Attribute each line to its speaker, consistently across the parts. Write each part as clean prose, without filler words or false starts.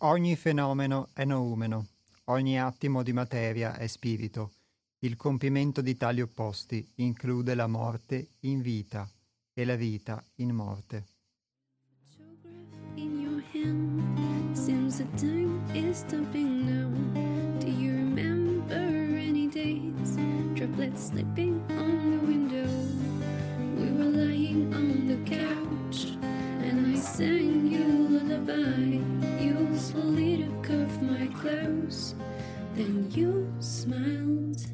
Speaker 1: Ogni fenomeno è noumeno, ogni attimo di materia è spirito. Il compimento di tali opposti include la morte in vita e la vita in morte.
Speaker 2: In your hand, seems the time is stopping now. Do you remember any days? Droplets slipping on the window. We were lying on the couch, and I sang you a lullaby. You slowly took off my clothes, then you smiled.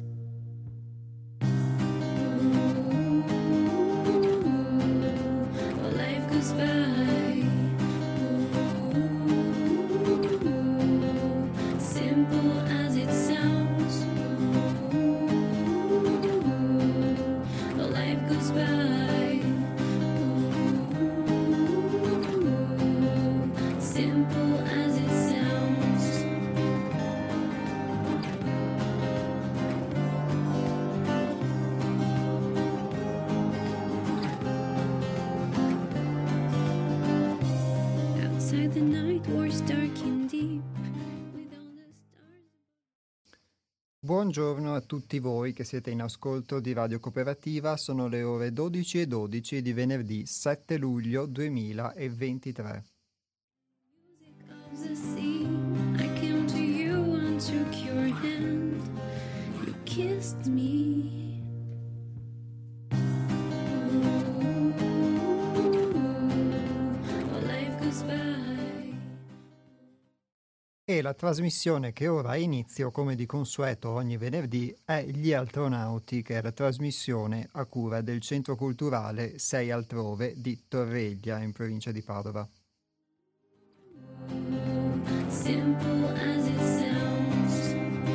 Speaker 2: Oh, life goes by. Simple as it sounds. Oh, life goes by. Simple as it sounds. Outside the night was dark and deep.
Speaker 1: Buongiorno a tutti voi che siete in ascolto di Radio Cooperativa, sono le ore 12:12 di venerdì 7 luglio 2023.
Speaker 2: Of the sea, I came to you and took your hand. You kissed me. Oh, life goes by.
Speaker 1: E la trasmissione che ora ha inizio, come di consueto ogni venerdì, è Gli Altronauti, che è la trasmissione a cura del Centro Culturale Sei Altrove di Torreglia, in provincia di Padova.
Speaker 2: Simple as it sounds.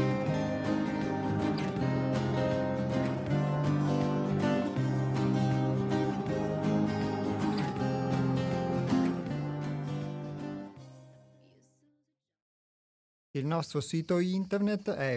Speaker 1: Il nostro sito internet è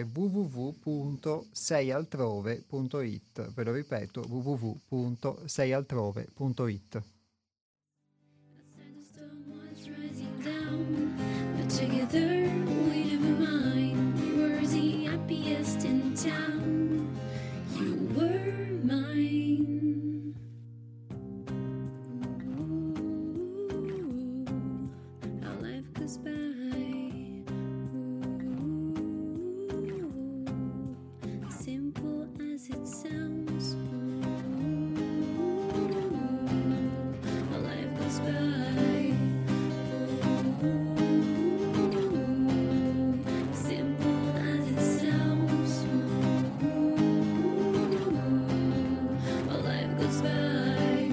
Speaker 1: www.seialtrove.it. Ve lo ripeto, www.seialtrove.it.
Speaker 2: Outside the storm was rising down, but together we never mind. You were the happiest in town. You were mine. Ooh, how life goes by. Ooh, simple as it sounds. How life goes by. Simple as it sounds. How life goes by.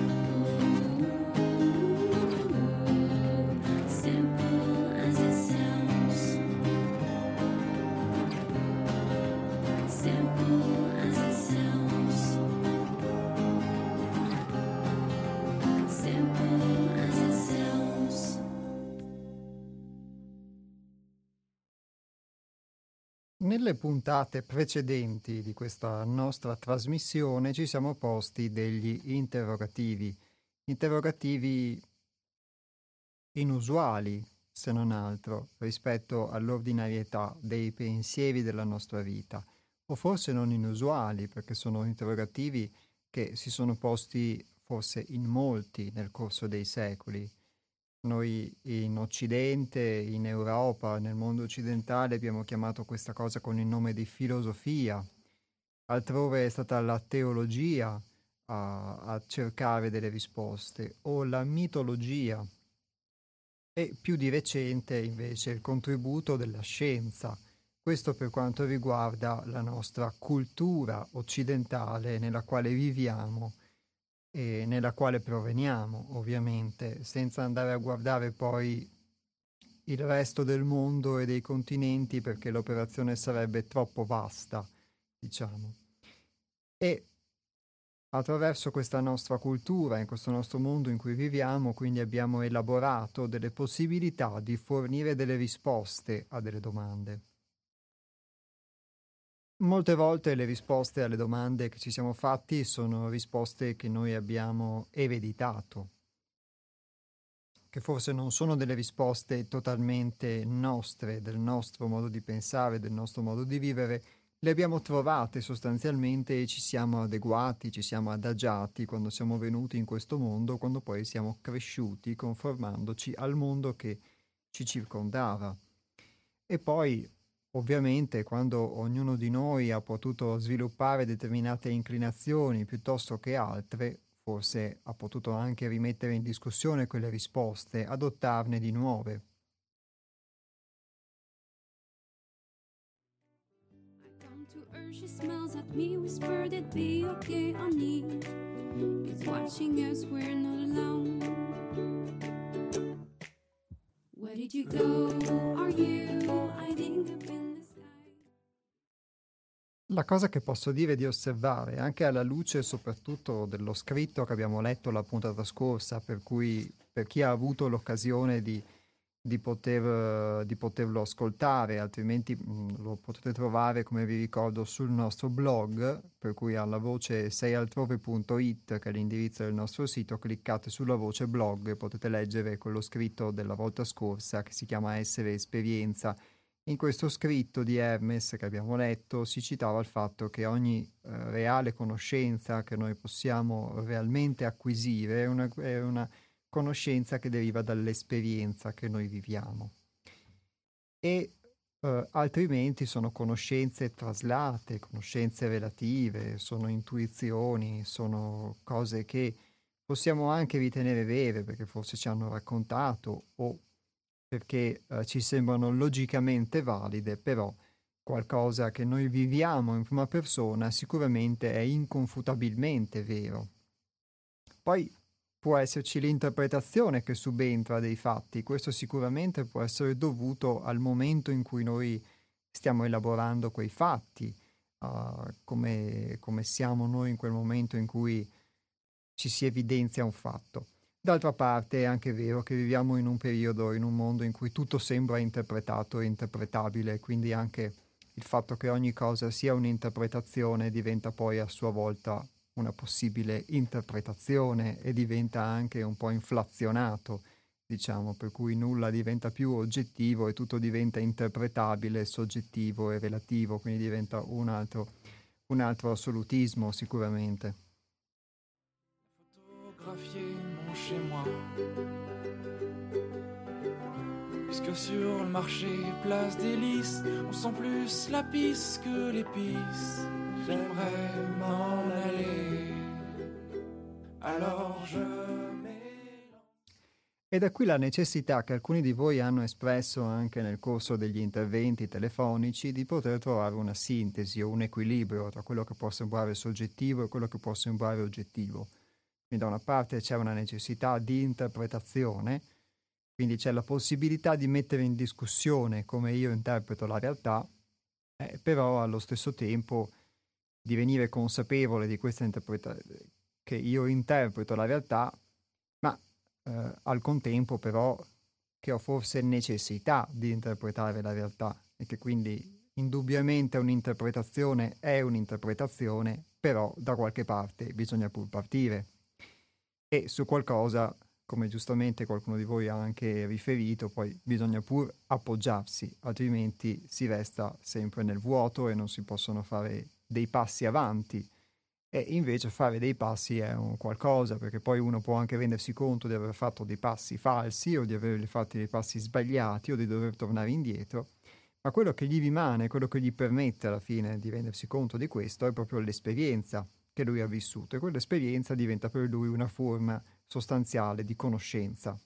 Speaker 2: Simple as it sounds. Simple as it sounds. Simple as it sounds.
Speaker 1: Nelle puntate precedenti di questa nostra trasmissione ci siamo posti degli interrogativi inusuali, se non altro, rispetto all'ordinarietà dei pensieri della nostra vita, o forse non inusuali, perché sono interrogativi che si sono posti forse in molti nel corso dei secoli. Noi in Occidente, in Europa, nel mondo occidentale abbiamo chiamato questa cosa con il nome di filosofia, altrove è stata la teologia a cercare delle risposte, o la mitologia, e più di recente invece il contributo della scienza. Questo per quanto riguarda la nostra cultura occidentale nella quale viviamo e nella quale proveniamo, ovviamente, senza andare a guardare poi il resto del mondo e dei continenti perché l'operazione sarebbe troppo vasta, diciamo. E attraverso questa nostra cultura, in questo nostro mondo in cui viviamo, quindi abbiamo elaborato delle possibilità di fornire delle risposte a delle domande. Molte volte le risposte alle domande che ci siamo fatti sono risposte che noi abbiamo ereditato. che forse non sono delle risposte totalmente nostre, del nostro modo di pensare, del nostro modo di vivere, le abbiamo trovate sostanzialmente e ci siamo adeguati, ci siamo adagiati quando siamo venuti in questo mondo, quando poi siamo cresciuti conformandoci al mondo che ci circondava. E poi, ovviamente, quando ognuno di noi ha potuto sviluppare determinate inclinazioni piuttosto che altre, forse ha potuto anche rimettere in discussione quelle risposte, adottarne di nuove.
Speaker 2: I come to her, she smiles at me, whispered it'd be okay, honey. He's watching us, we're not alone. Where did you go? Are you hiding up in the sky?
Speaker 1: La cosa che posso dire di osservare, anche alla luce soprattutto dello scritto che abbiamo letto la puntata scorsa, per cui per chi ha avuto l'occasione di poterlo ascoltare, altrimenti lo potete trovare, come vi ricordo, sul nostro blog, per cui alla voce seialtrove.it, che è l'indirizzo del nostro sito, cliccate sulla voce blog e potete leggere quello scritto della volta scorsa che si chiama Essere Esperienza. In questo scritto di Hermes che abbiamo letto si citava il fatto che ogni reale conoscenza che noi possiamo realmente acquisire è una conoscenza che deriva dall'esperienza che noi viviamo. E altrimenti sono conoscenze traslate, conoscenze relative, sono intuizioni, sono cose che possiamo anche ritenere vere perché forse ci hanno raccontato o perché ci sembrano logicamente valide, però qualcosa che noi viviamo in prima persona sicuramente è inconfutabilmente vero. Poi può esserci l'interpretazione che subentra dei fatti, questo sicuramente può essere dovuto al momento in cui noi stiamo elaborando quei fatti, come siamo noi in quel momento in cui ci si evidenzia un fatto. D'altra parte è anche vero che viviamo in un periodo, in un mondo in cui tutto sembra interpretato e interpretabile, quindi anche il fatto che ogni cosa sia un'interpretazione diventa poi a sua volta una possibile interpretazione e diventa anche un po' inflazionato, diciamo, per cui nulla diventa più oggettivo e tutto diventa interpretabile, soggettivo e relativo, quindi diventa un altro assolutismo sicuramente.
Speaker 3: Photographier mon chez-moi, puisque sur le marché, place des lys, on sent plus la pisse que l'épice. J'aimerais m'en aller, alors je
Speaker 1: E da qui la necessità che alcuni di voi hanno espresso anche nel corso degli interventi telefonici di poter trovare una sintesi o un equilibrio tra quello che può sembrare soggettivo e quello che può sembrare oggettivo. Quindi da una parte c'è una necessità di interpretazione, quindi c'è la possibilità di mettere in discussione come io interpreto la realtà, però allo stesso tempo di venire consapevole di questa interpretazione, che io interpreto la realtà, ma al contempo però che ho forse necessità di interpretare la realtà e che quindi indubbiamente un'interpretazione è un'interpretazione, però da qualche parte bisogna pur partire. E su qualcosa, come giustamente qualcuno di voi ha anche riferito, poi bisogna pur appoggiarsi, altrimenti si resta sempre nel vuoto e non si possono fare dei passi avanti. E invece fare dei passi è un qualcosa, perché poi uno può anche rendersi conto di aver fatto dei passi falsi o di aver fatto dei passi sbagliati o di dover tornare indietro, ma quello che gli rimane, quello che gli permette alla fine di rendersi conto di questo è proprio l'esperienza che lui ha vissuto e quell'esperienza diventa per lui una forma sostanziale di conoscenza.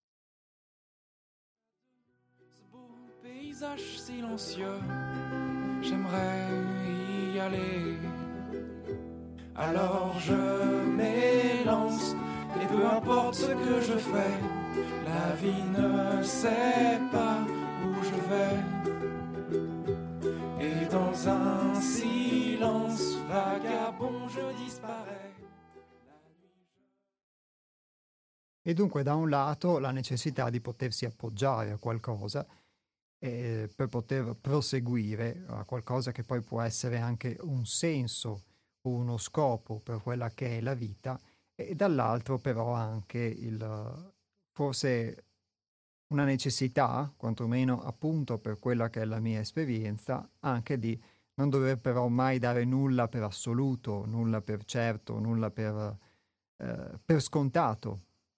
Speaker 3: ce beau paysage silencieux, j'aimerais y aller. Alors je m'élance, et peu importe ce que je fais, la vie ne sait pas où je vais. Et dans un silence vagabond je disparais.
Speaker 1: E dunque da un lato la necessità di potersi appoggiare a qualcosa per poter proseguire a qualcosa che poi può essere anche un senso o uno scopo per quella che è la vita, e dall'altro però anche forse una necessità, quantomeno appunto per quella che è la mia esperienza, anche di non dover però mai dare nulla per assoluto, nulla per certo, nulla per scontato.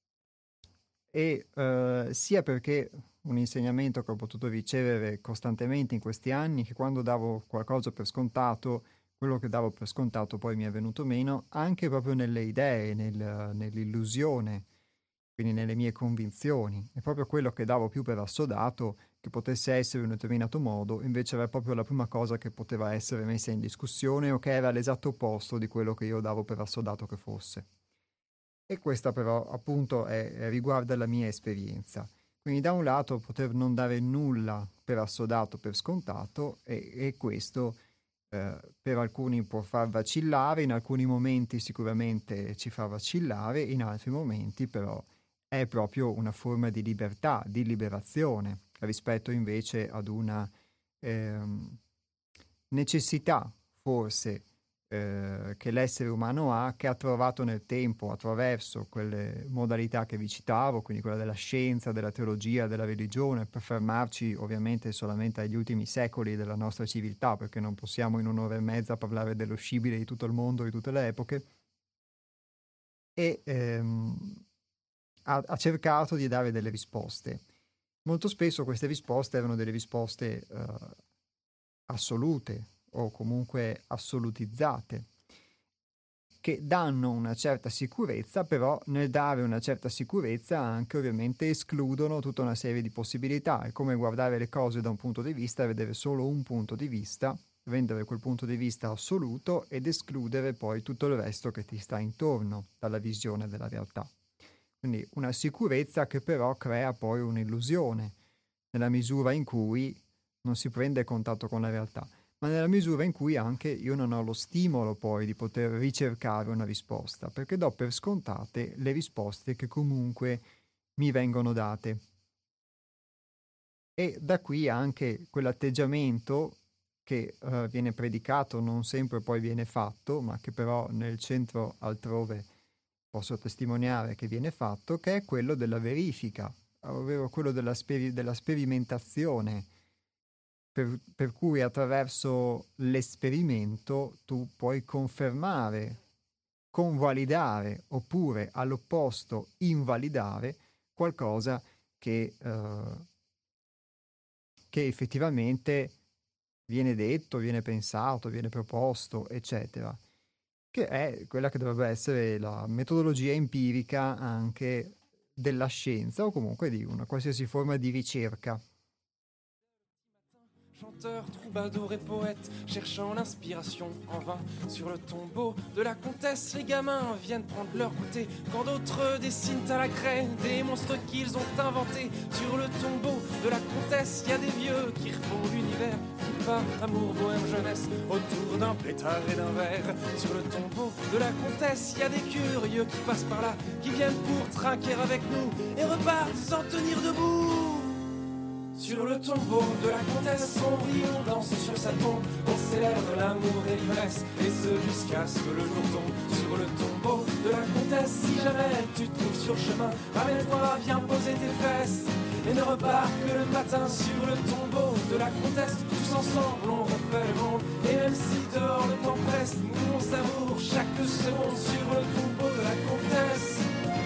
Speaker 1: E sia perché un insegnamento che ho potuto ricevere costantemente in questi anni, che quando davo qualcosa per scontato, quello che davo per scontato poi mi è venuto meno, anche proprio nelle idee, nell'illusione, quindi nelle mie convinzioni. È proprio quello che davo più per assodato, che potesse essere in un determinato modo, invece era proprio la prima cosa che poteva essere messa in discussione o che era l'esatto opposto di quello che io davo per assodato che fosse. E questa però appunto riguarda la mia esperienza. Quindi da un lato poter non dare nulla per assodato, per scontato, e questo per alcuni può far vacillare, in alcuni momenti sicuramente ci fa vacillare, in altri momenti però è proprio una forma di libertà, di liberazione, rispetto invece ad una necessità forse che l'essere umano ha, che ha trovato nel tempo attraverso quelle modalità che vi citavo, quindi quella della scienza, della teologia, della religione, per fermarci ovviamente solamente agli ultimi secoli della nostra civiltà, perché non possiamo in un'ora e mezza parlare dello scibile di tutto il mondo, di tutte le epoche, e ha cercato di dare delle risposte. Molto spesso queste risposte erano delle risposte assolute o comunque assolutizzate, che danno una certa sicurezza, però nel dare una certa sicurezza anche ovviamente escludono tutta una serie di possibilità. È come guardare le cose da un punto di vista e vedere solo un punto di vista, rendere quel punto di vista assoluto ed escludere poi tutto il resto che ti sta intorno dalla visione della realtà. Quindi una sicurezza che però crea poi un'illusione, nella misura in cui non si prende contatto con la realtà, ma nella misura in cui anche io non ho lo stimolo poi di poter ricercare una risposta, perché do per scontate le risposte che comunque mi vengono date. E da qui anche quell'atteggiamento che viene predicato, non sempre poi viene fatto, ma che però nel centro altrove posso testimoniare che viene fatto, che è quello della verifica, ovvero quello della sperimentazione, per cui attraverso l'esperimento tu puoi confermare, convalidare oppure all'opposto invalidare qualcosa che effettivamente viene detto, viene pensato, viene proposto, eccetera, che è quella che dovrebbe essere la metodologia empirica anche della scienza o comunque di una qualsiasi forma di ricerca.
Speaker 3: Chanteur, troubadour et poète, cherchant l'inspiration en vain. Sur le tombeau de la comtesse, les gamins viennent prendre leur goûter. Quand d'autres dessinent à la craie des monstres qu'ils ont inventés. Sur le tombeau de la comtesse, y a des vieux qui refont l'univers. Pas amour, bohème, jeunesse, autour d'un pétard et d'un verre. Sur le tombeau de la comtesse, y a des curieux qui passent par là, qui viennent pour trinquer avec nous et repartent sans tenir debout. Sur le tombeau de la comtesse, on rit, on danse sur sa tombe, on célèbre l'amour et l'ivresse, et ce jusqu'à ce que le jour tombe. Sur le tombeau de la comtesse, si jamais tu te trouves sur le chemin, ramène-toi, viens poser tes fesses, et ne repars que le matin. Sur le tombeau de la comtesse, tous ensemble on refait le monde, et même si dehors le temps presse, nous on savoure chaque seconde. Sur le tombeau de la comtesse.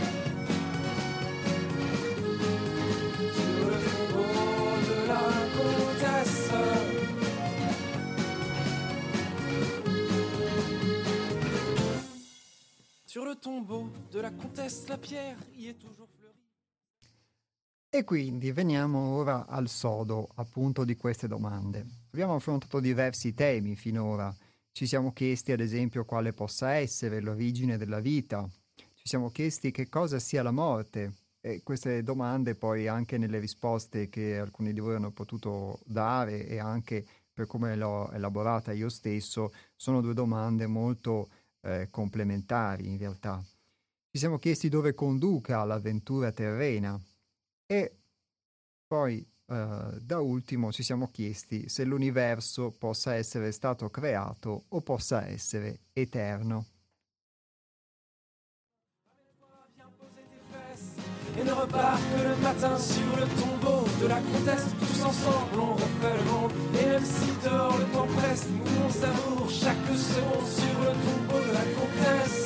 Speaker 3: Sur le tombeau de la comtesse, la pierre y est toujours fleurie.
Speaker 1: E quindi veniamo ora al sodo, appunto, di queste domande. Abbiamo affrontato diversi temi finora. Ci siamo chiesti, ad esempio, quale possa essere l'origine della vita. Ci siamo chiesti che cosa sia la morte. E queste domande poi anche nelle risposte che alcuni di voi hanno potuto dare e anche per come l'ho elaborata io stesso, sono due domande molto complementari in realtà. Ci siamo chiesti dove conduca l'avventura terrena e poi da ultimo ci siamo chiesti se l'universo possa essere stato creato o possa essere eterno.
Speaker 3: Et ne ne repart que le matin sur le tombeau de la comtesse. Tous ensemble on refait le monde. Et même si dehors le temps presse, nous on savoure chaque seconde sur le tombeau de la comtesse.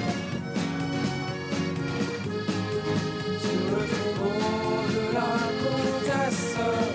Speaker 3: Sur le tombeau de la comtesse.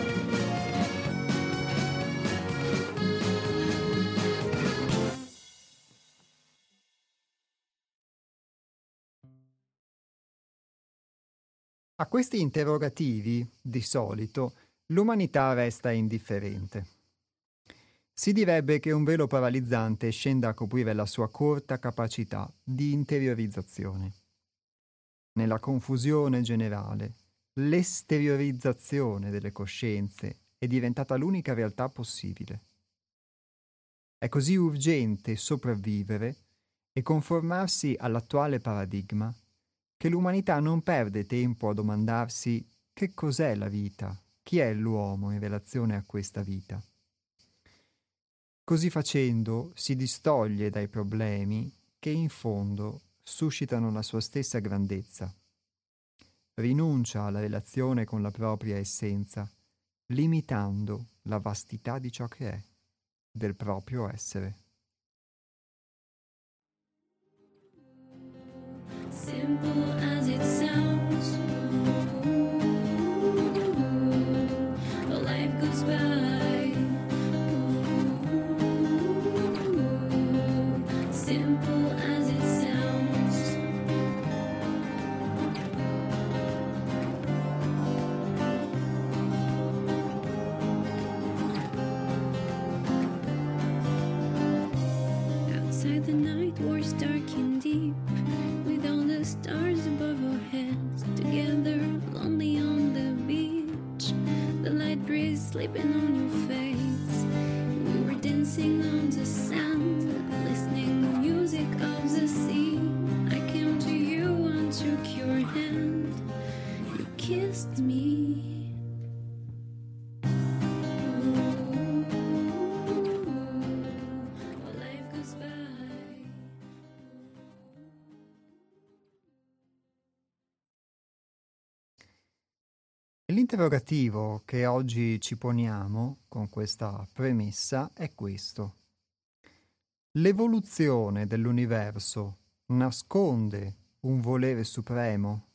Speaker 1: A questi interrogativi, di solito, l'umanità resta indifferente. Si direbbe che un velo paralizzante scenda a coprire la sua corta capacità di interiorizzazione. Nella confusione generale, l'esteriorizzazione delle coscienze è diventata l'unica realtà possibile. È così urgente sopravvivere e conformarsi all'attuale paradigma che l'umanità non perde tempo a domandarsi che cos'è la vita, chi è l'uomo in relazione a questa vita. Così facendo si distoglie dai problemi che in fondo suscitano la sua stessa grandezza. Rinuncia alla relazione con la propria essenza, limitando la vastità di ciò che è, del proprio essere.
Speaker 2: Simple as it sounds, life goes by. Simple as it sounds. Outside the night was dark and deep, with all the stars above our heads, together lonely on the beach, the light breeze sleeping on your face. We were dancing on the sand, listening to music of the sea. I came to you and took your hand, you kissed me. Life goes by.
Speaker 1: L'interrogativo che oggi ci poniamo con questa premessa è questo. L'evoluzione dell'universo nasconde un volere supremo?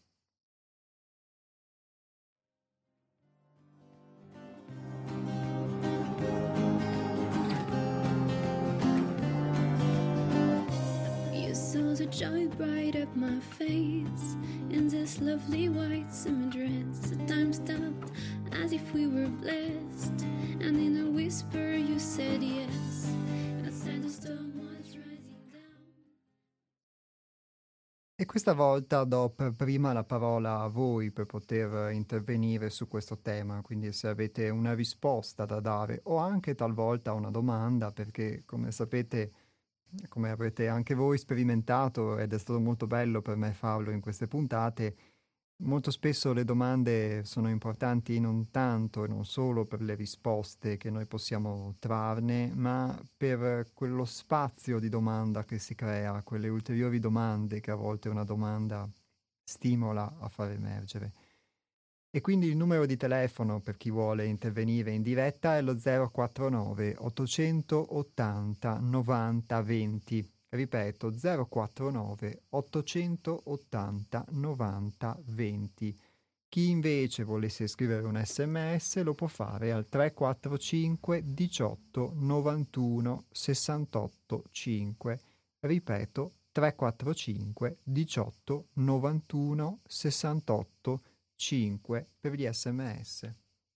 Speaker 2: You saw the joy bright up my face in this lovely white summer dress. The time stopped as if we were blessed, and in a whisper you said yes. Outside the storm was rising down.
Speaker 1: E questa volta do per prima la parola a voi per poter intervenire su questo tema, quindi se avete una risposta da dare o anche talvolta una domanda, perché come sapete, come avrete anche voi sperimentato, ed è stato molto bello per me farlo in queste puntate, molto spesso le domande sono importanti non tanto e non solo per le risposte che noi possiamo trarne, ma per quello spazio di domanda che si crea, quelle ulteriori domande che a volte una domanda stimola a far emergere. E quindi il numero di telefono per chi vuole intervenire in diretta è lo 049 880 90 20. Ripeto, 049 880 90 20. Chi invece volesse scrivere un SMS lo può fare al 345 18 91 68 5. Ripeto, 345 18 91 68 5 per gli SMS.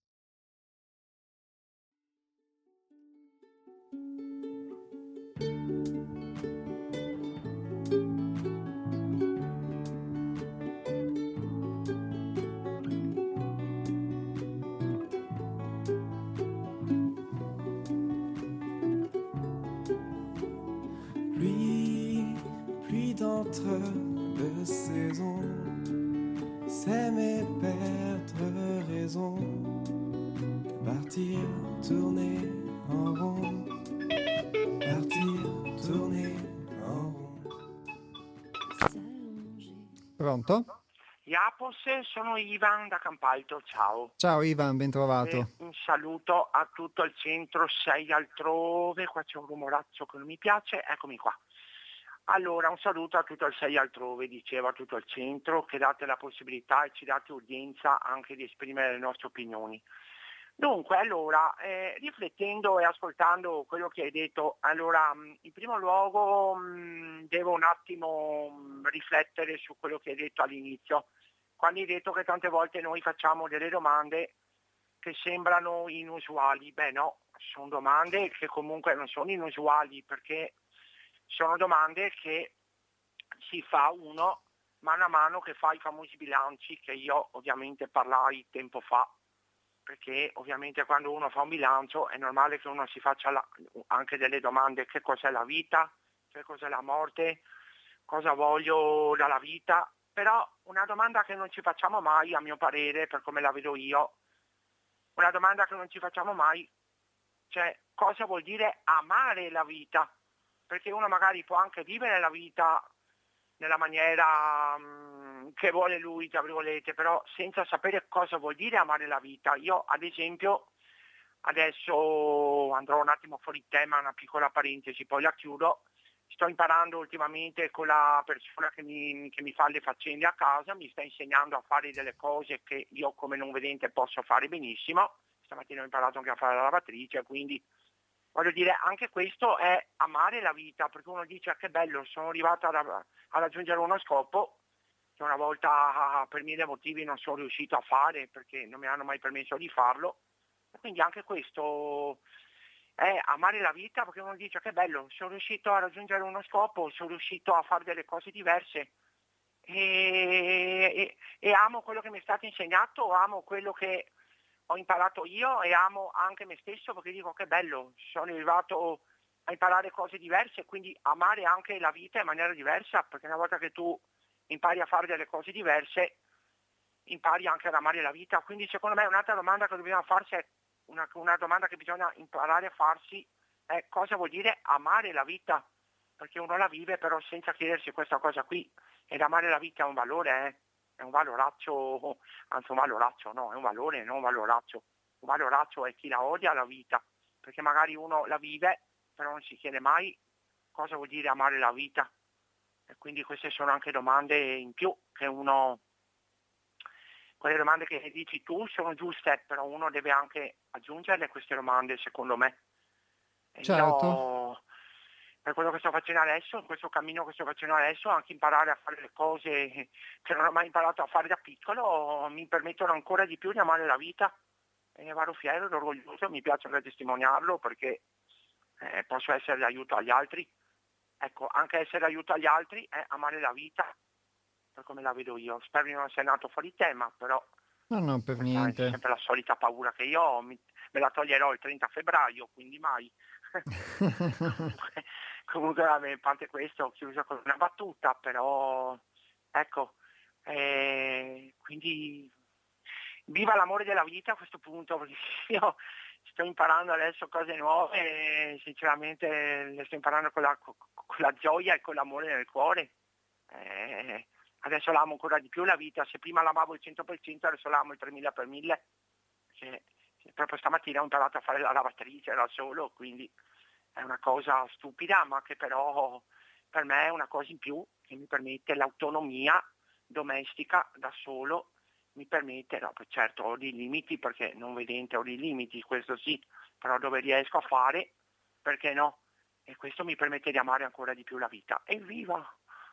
Speaker 3: Pluie d'entre deux saisons, s'aimer, perdre raison, partir, tourner en rond, partir, tourner en rond.
Speaker 1: Pronto?
Speaker 4: Iapos, sono Ivan da Campalto, ciao.
Speaker 1: Ciao Ivan, ben trovato.
Speaker 4: Un saluto a tutto il centro, sei altrove, qua c'è un rumorazzo che non mi piace, eccomi qua. Allora, un saluto a tutto il sei altrove, dicevo, a tutto il centro, che date la possibilità e ci date udienza anche di esprimere le nostre opinioni. Dunque, allora, riflettendo e ascoltando quello che hai detto, allora, in primo luogo devo un attimo riflettere su quello che hai detto all'inizio, quando hai detto che tante volte noi facciamo delle domande che sembrano inusuali. Beh no, sono domande che comunque non sono inusuali, perché sono domande che si fa uno mano a mano che fa i famosi bilanci, che io ovviamente parlai tempo fa, perché ovviamente quando uno fa un bilancio è normale che uno si faccia anche delle domande: che cos'è la vita, che cos'è la morte, cosa voglio dalla vita. Però una domanda che non ci facciamo mai, a mio parere, per come la vedo io, una domanda che non ci facciamo mai, cioè cosa vuol dire amare la vita? Perché uno magari può anche vivere la vita nella maniera che vuole lui, tra virgolette, però senza sapere cosa vuol dire amare la vita. Io ad esempio, adesso andrò un attimo fuori tema, una piccola parentesi, poi la chiudo. Sto imparando ultimamente con la persona che mi fa le faccende a casa, mi sta insegnando a fare delle cose che io come non vedente posso fare benissimo. Stamattina ho imparato anche a fare la lavatrice, quindi voglio dire, anche questo è amare la vita, perché uno dice: che bello, sono arrivato a raggiungere uno scopo che una volta per mille motivi non sono riuscito a fare, perché non mi hanno mai permesso di farlo. E quindi anche questo è amare la vita, perché uno dice: che bello, sono riuscito a raggiungere uno scopo, sono riuscito a fare delle cose diverse e amo quello che mi è stato insegnato, amo quello che ho imparato io e amo anche me stesso, perché dico: che bello, sono arrivato a imparare cose diverse, quindi amare anche la vita in maniera diversa, perché una volta che tu impari a fare delle cose diverse impari anche ad amare la vita. Quindi secondo me un'altra domanda che dobbiamo farsi è una domanda che bisogna imparare a farsi è: cosa vuol dire amare la vita? Perché uno la vive però senza chiedersi questa cosa qui, ed amare la vita è un valore, è un valoraccio, anzi un valoraccio no, è un valore, non un valoraccio. Un valoraccio è chi la odia la vita, perché magari uno la vive però non si chiede mai cosa vuol dire amare la vita. E quindi queste sono anche domande in più che uno, quelle domande che dici tu sono giuste, però uno deve anche aggiungerle queste domande, secondo me. E
Speaker 1: Certo.
Speaker 4: io, per quello che sto facendo adesso, in questo cammino che sto facendo adesso, anche imparare a fare le cose che non ho mai imparato a fare da piccolo, mi permettono ancora di più di amare la vita. E ne vado fiero ed orgoglioso, mi piace anche testimoniarlo, perché posso essere d'aiuto agli altri. Ecco, anche essere d'aiuto agli altri è amare la vita, per come la vedo io. Spero di non essere nato fuori tema, però
Speaker 1: No, per
Speaker 4: come sai, c'è
Speaker 1: niente.
Speaker 4: sempre la solita paura che io ho, me la toglierò il 30 febbraio, quindi mai. Comunque vabbè, a parte questo, ho chiuso con una battuta, però ecco, quindi viva l'amore della vita a questo punto, perché io sto imparando adesso cose nuove e sinceramente le sto imparando con la gioia e con l'amore nel cuore. Adesso l'amo ancora di più la vita, se prima l'amavo il 100%, adesso l'amo il 3000 per 1000. Proprio stamattina ho imparato a fare la lavatrice da solo, quindi è una cosa stupida, ma che però per me è una cosa in più che mi permette l'autonomia domestica da solo, mi permette, no, certo ho dei limiti, perché non vedente ho dei limiti, questo sì, però dove riesco a fare, perché no? E questo mi permette di amare ancora di più la vita. Evviva!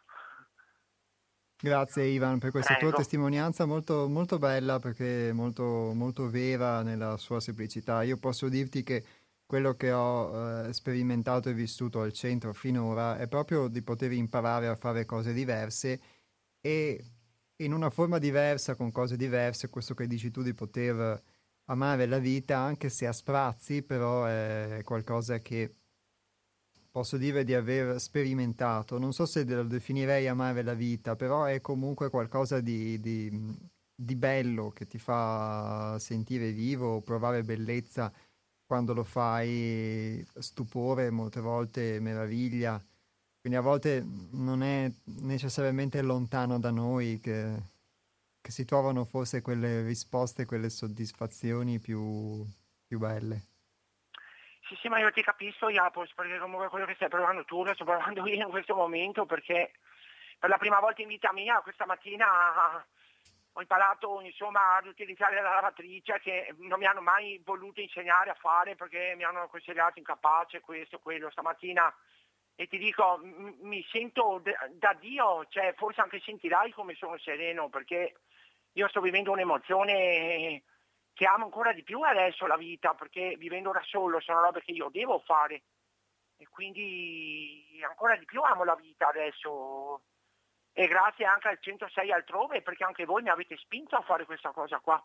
Speaker 1: Grazie Ivan per questa tua
Speaker 4: Prego.
Speaker 1: testimonianza molto, molto bella, perché molto, molto vera nella sua semplicità. Io posso dirti che quello che ho sperimentato e vissuto al centro finora è proprio di poter imparare a fare cose diverse e in una forma diversa, con cose diverse, questo che dici tu di poter amare la vita, anche se a sprazzi, però è qualcosa che posso dire di aver sperimentato. Non so se lo definirei amare la vita, però è comunque qualcosa di bello che ti fa sentire vivo, provare bellezza quando lo fai, stupore, molte volte meraviglia. Quindi a volte non è necessariamente lontano da noi che che si trovano forse quelle risposte, quelle soddisfazioni più belle.
Speaker 4: Sì, ma io ti capisco, Japos, perché comunque quello che stai provando tu lo sto provando io in questo momento, perché per la prima volta in vita mia questa mattina ho imparato insomma ad utilizzare la lavatrice, che non mi hanno mai voluto insegnare a fare perché mi hanno considerato incapace, questo, quello. Stamattina, e ti dico, mi sento da Dio, cioè forse anche sentirai come sono sereno, perché io sto vivendo un'emozione che amo ancora di più adesso la vita, perché vivendo da solo sono robe che io devo fare e quindi ancora di più amo la vita adesso. E grazie anche al 106 altrove, perché anche voi mi avete spinto a fare questa cosa qua.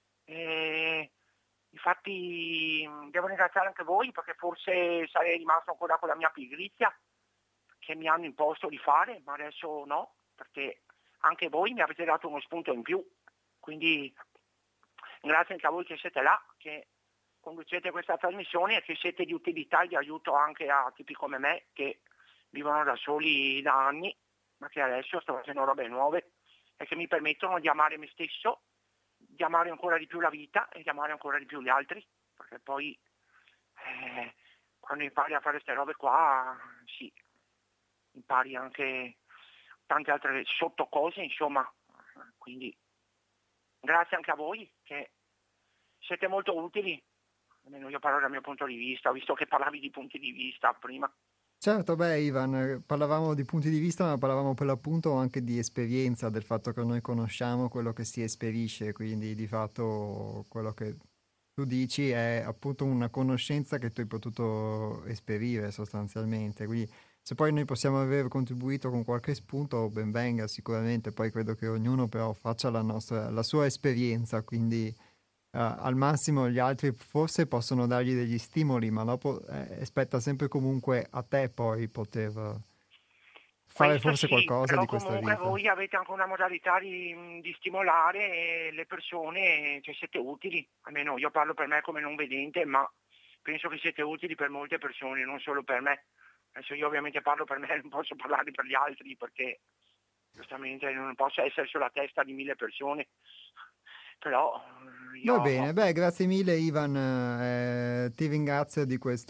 Speaker 4: E infatti devo ringraziare anche voi, perché forse sarei rimasto ancora con la mia pigrizia che mi hanno imposto di fare, ma adesso no, perché anche voi mi avete dato uno spunto in più. Quindi grazie anche a voi che siete là, che conducete questa trasmissione e che siete di utilità e di aiuto anche a tipi come me che vivono da soli da anni, ma che adesso sto facendo robe nuove e che mi permettono di amare me stesso, di amare ancora di più la vita e di amare ancora di più gli altri, perché poi quando impari a fare queste robe qua, sì, impari anche tante altre sotto cose, insomma. Quindi grazie anche a voi che siete molto utili, almeno io parlo dal mio punto di vista, visto che parlavi di punti di vista prima.
Speaker 1: Certo, beh, Ivan, parlavamo di punti di vista, ma parlavamo per l'appunto anche di esperienza, del fatto che noi conosciamo quello che si esperisce, quindi di fatto quello che tu dici è appunto una conoscenza che tu hai potuto esperire sostanzialmente. Quindi se poi noi possiamo aver contribuito con qualche spunto, ben venga sicuramente, poi credo che ognuno però faccia la sua esperienza, quindi al massimo gli altri forse possono dargli degli stimoli, ma dopo spetta sempre comunque a te poi poter fare
Speaker 4: Questo
Speaker 1: forse
Speaker 4: sì,
Speaker 1: qualcosa
Speaker 4: però
Speaker 1: di questa
Speaker 4: comunque
Speaker 1: vita.
Speaker 4: voi avete anche una modalità di stimolare le persone, cioè siete utili, almeno io parlo per me come non vedente, ma penso che siete utili per molte persone, non solo per me. Adesso io ovviamente parlo per me, non posso parlare per gli altri perché giustamente non posso essere sulla testa di 1000 persone, però
Speaker 1: Va bene,
Speaker 4: io...
Speaker 1: beh, grazie mille Ivan, ti ringrazio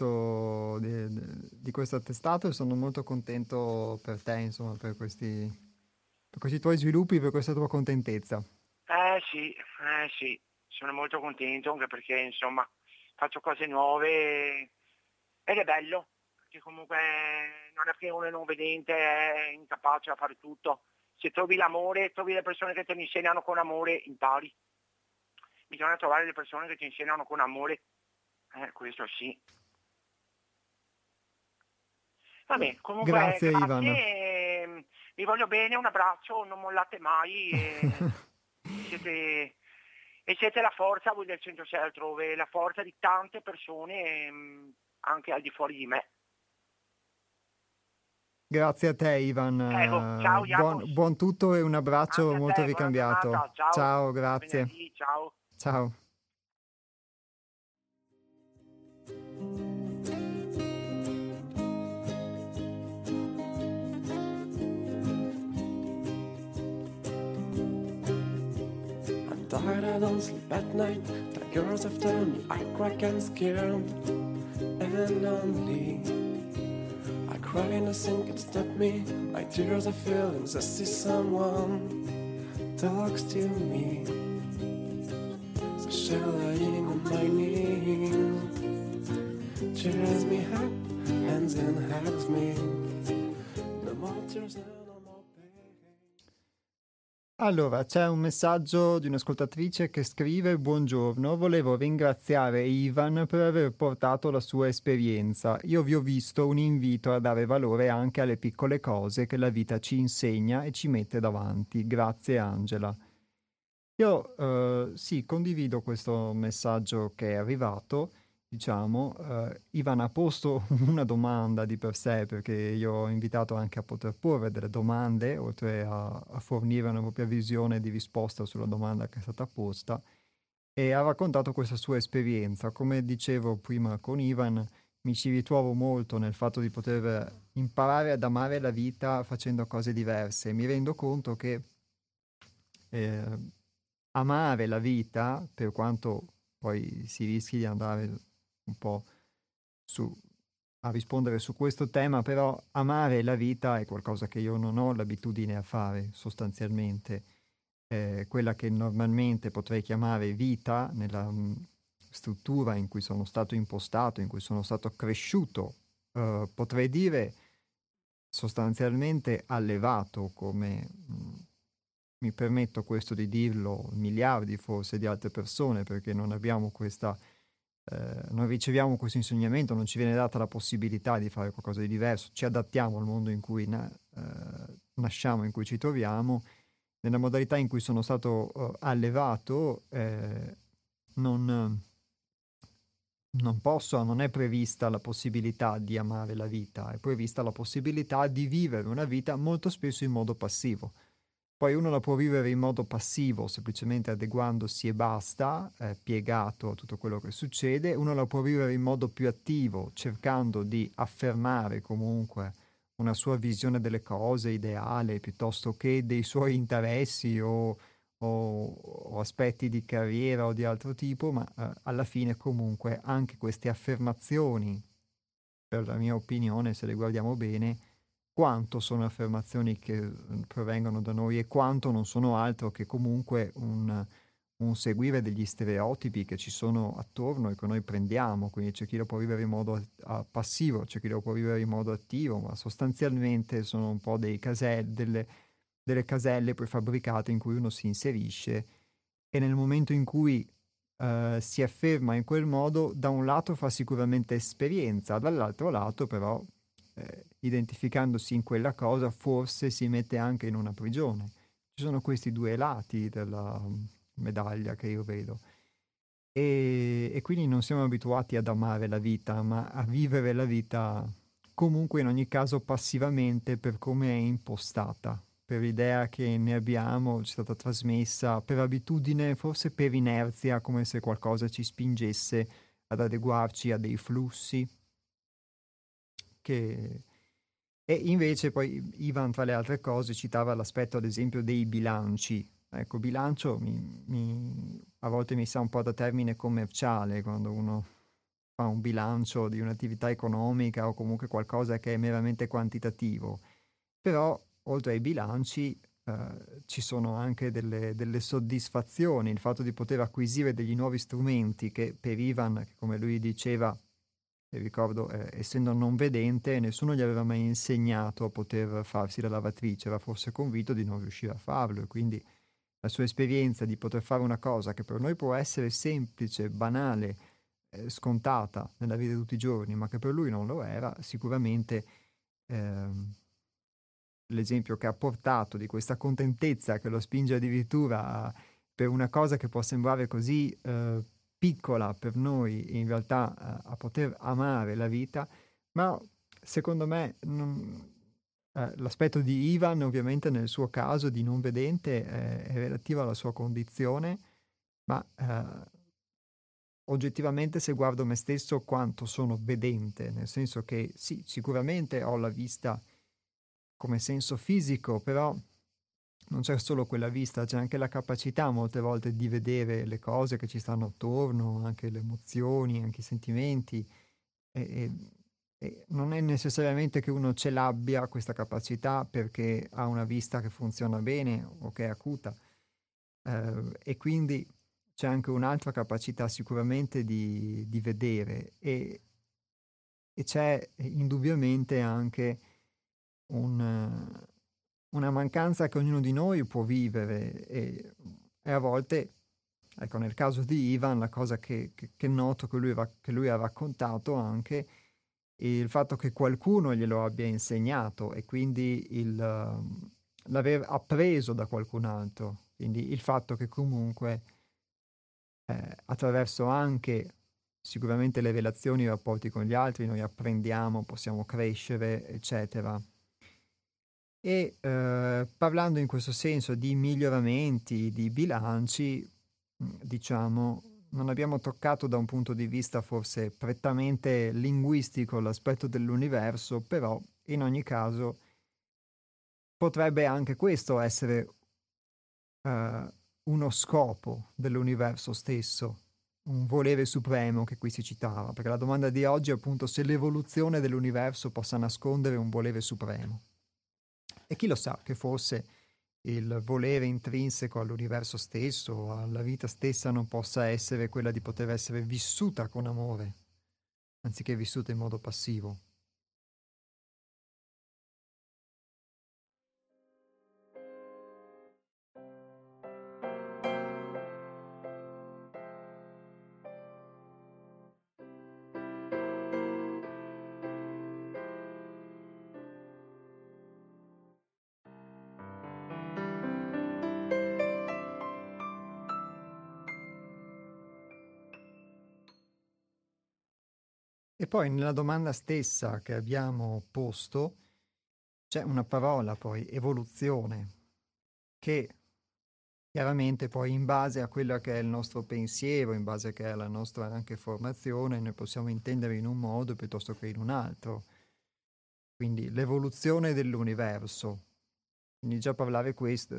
Speaker 1: di questo attestato e sono molto contento per te, insomma, per questi tuoi sviluppi, per questa tua contentezza.
Speaker 4: Sì, sono molto contento anche perché insomma faccio cose nuove ed è bello, perché comunque non è che uno è non vedente, è incapace a fare tutto. Se trovi l'amore, trovi le persone che te ne insegnano con amore, impari. Bisogna trovare le persone che ti insegnano con amore, questo sì. Vabbè, comunque
Speaker 1: Grazie Ivan.
Speaker 4: vi voglio bene, un abbraccio, non mollate mai e siete la forza voi del 106 altrove, la forza di tante persone anche al di fuori di me.
Speaker 1: Grazie a te Ivan,
Speaker 4: Prego, ciao Japos.
Speaker 1: buon tutto e un abbraccio
Speaker 4: Anche a
Speaker 1: molto
Speaker 4: te, buona
Speaker 1: ricambiato.
Speaker 4: giornata, ciao.
Speaker 1: Ciao,
Speaker 4: A
Speaker 1: grazie.
Speaker 4: venerdì, ciao.
Speaker 1: Ciao.
Speaker 3: Tired, I don't sleep at night. The girls have turned me, I crack and scared. And lonely, I cry in the sink, it stopped me. My tears are feelings, I see someone talks to me. So shall lying on my knees, cheers me up, hands and hugs me. No more tears and no more pain.
Speaker 1: Allora, c'è un messaggio di un'ascoltatrice che scrive: Buongiorno, volevo ringraziare Ivan per aver portato la sua esperienza. Io vi ho visto un invito a dare valore anche alle piccole cose che la vita ci insegna e ci mette davanti. Grazie Angela. Io sì, condivido questo messaggio che è arrivato. Diciamo, Ivan ha posto una domanda di per sé, perché io ho invitato anche a poter porre delle domande, oltre a fornire una propria visione di risposta sulla domanda che è stata posta, e ha raccontato questa sua esperienza. Come dicevo prima con Ivan, mi ci ritrovo molto nel fatto di poter imparare ad amare la vita facendo cose diverse. Mi rendo conto che amare la vita, per quanto poi si rischi di andare un po' a rispondere su questo tema, però amare la vita è qualcosa che io non ho l'abitudine a fare sostanzialmente. Quella che normalmente potrei chiamare vita nella struttura in cui sono stato impostato, in cui sono stato cresciuto, potrei dire sostanzialmente allevato, come mi permetto questo di dirlo, miliardi forse di altre persone, perché non abbiamo non riceviamo questo insegnamento, non ci viene data la possibilità di fare qualcosa di diverso, ci adattiamo al mondo in cui nasciamo, in cui ci troviamo. Nella modalità in cui sono stato allevato, non posso, non è prevista la possibilità di amare la vita, è prevista la possibilità di vivere una vita molto spesso in modo passivo. Poi uno la può vivere in modo passivo, semplicemente adeguandosi e basta, piegato a tutto quello che succede. Uno la può vivere in modo più attivo, cercando di affermare comunque una sua visione delle cose, ideale, piuttosto che dei suoi interessi o aspetti di carriera o di altro tipo, ma alla fine comunque anche queste affermazioni, per la mia opinione, se le guardiamo bene, quanto sono affermazioni che provengono da noi e quanto non sono altro che comunque un seguire degli stereotipi che ci sono attorno e che noi prendiamo. Quindi c'è chi lo può vivere in modo passivo, c'è chi lo può vivere in modo attivo, ma sostanzialmente sono un po' delle caselle prefabbricate in cui uno si inserisce, e nel momento in cui si afferma in quel modo, da un lato fa sicuramente esperienza, dall'altro lato però identificandosi in quella cosa forse si mette anche in una prigione. Ci sono questi due lati della medaglia che io vedo, e quindi non siamo abituati ad amare la vita, ma a vivere la vita comunque in ogni caso passivamente, per come è impostata, per l'idea che ne abbiamo, ci è stata trasmessa, per abitudine, forse per inerzia, come se qualcosa ci spingesse ad adeguarci a dei flussi che... E invece poi Ivan, tra le altre cose, citava l'aspetto, ad esempio, dei bilanci. Ecco, bilancio a volte mi sa un po' da termine commerciale, quando uno fa un bilancio di un'attività economica o comunque qualcosa che è meramente quantitativo. Però, oltre ai bilanci, ci sono anche delle soddisfazioni, il fatto di poter acquisire degli nuovi strumenti che per Ivan, che come lui diceva, e ricordo, essendo non vedente, nessuno gli aveva mai insegnato a poter farsi la lavatrice, era forse convinto di non riuscire a farlo, e quindi la sua esperienza di poter fare una cosa che per noi può essere semplice, banale, scontata nella vita di tutti i giorni, ma che per lui non lo era, sicuramente l'esempio che ha portato di questa contentezza che lo spinge addirittura per una cosa che può sembrare così piccola per noi, in realtà a poter amare la vita. Ma secondo me l'aspetto di Ivan, ovviamente nel suo caso di non vedente, è relativo alla sua condizione, ma oggettivamente, se guardo me stesso, quanto sono vedente, nel senso che sì, sicuramente ho la vista come senso fisico, però non c'è solo quella vista, c'è anche la capacità molte volte di vedere le cose che ci stanno attorno, anche le emozioni, anche i sentimenti, e, e non è necessariamente che uno ce l'abbia questa capacità perché ha una vista che funziona bene o che è acuta, e quindi c'è anche un'altra capacità sicuramente di vedere, e c'è indubbiamente anche una mancanza che ognuno di noi può vivere, e a volte, ecco, nel caso di Ivan, la cosa che noto che lui ha raccontato anche è il fatto che qualcuno glielo abbia insegnato, e quindi l'aver appreso da qualcun altro, quindi il fatto che comunque attraverso anche sicuramente le relazioni, i rapporti con gli altri, noi apprendiamo, possiamo crescere, eccetera. E parlando in questo senso di miglioramenti, di bilanci, diciamo, non abbiamo toccato da un punto di vista forse prettamente linguistico l'aspetto dell'universo, però in ogni caso potrebbe anche questo essere uno scopo dell'universo stesso, un volere supremo che qui si citava, perché la domanda di oggi è appunto se l'evoluzione dell'universo possa nascondere un volere supremo. E chi lo sa che forse il volere intrinseco all'universo stesso, alla vita stessa, non possa essere quella di poter essere vissuta con amore, anziché vissuta in modo passivo. E poi nella domanda stessa che abbiamo posto c'è una parola poi, evoluzione, che chiaramente poi in base a quello che è il nostro pensiero, in base a che è la nostra anche formazione, noi possiamo intendere in un modo piuttosto che in un altro. Quindi l'evoluzione dell'universo. Quindi già parlare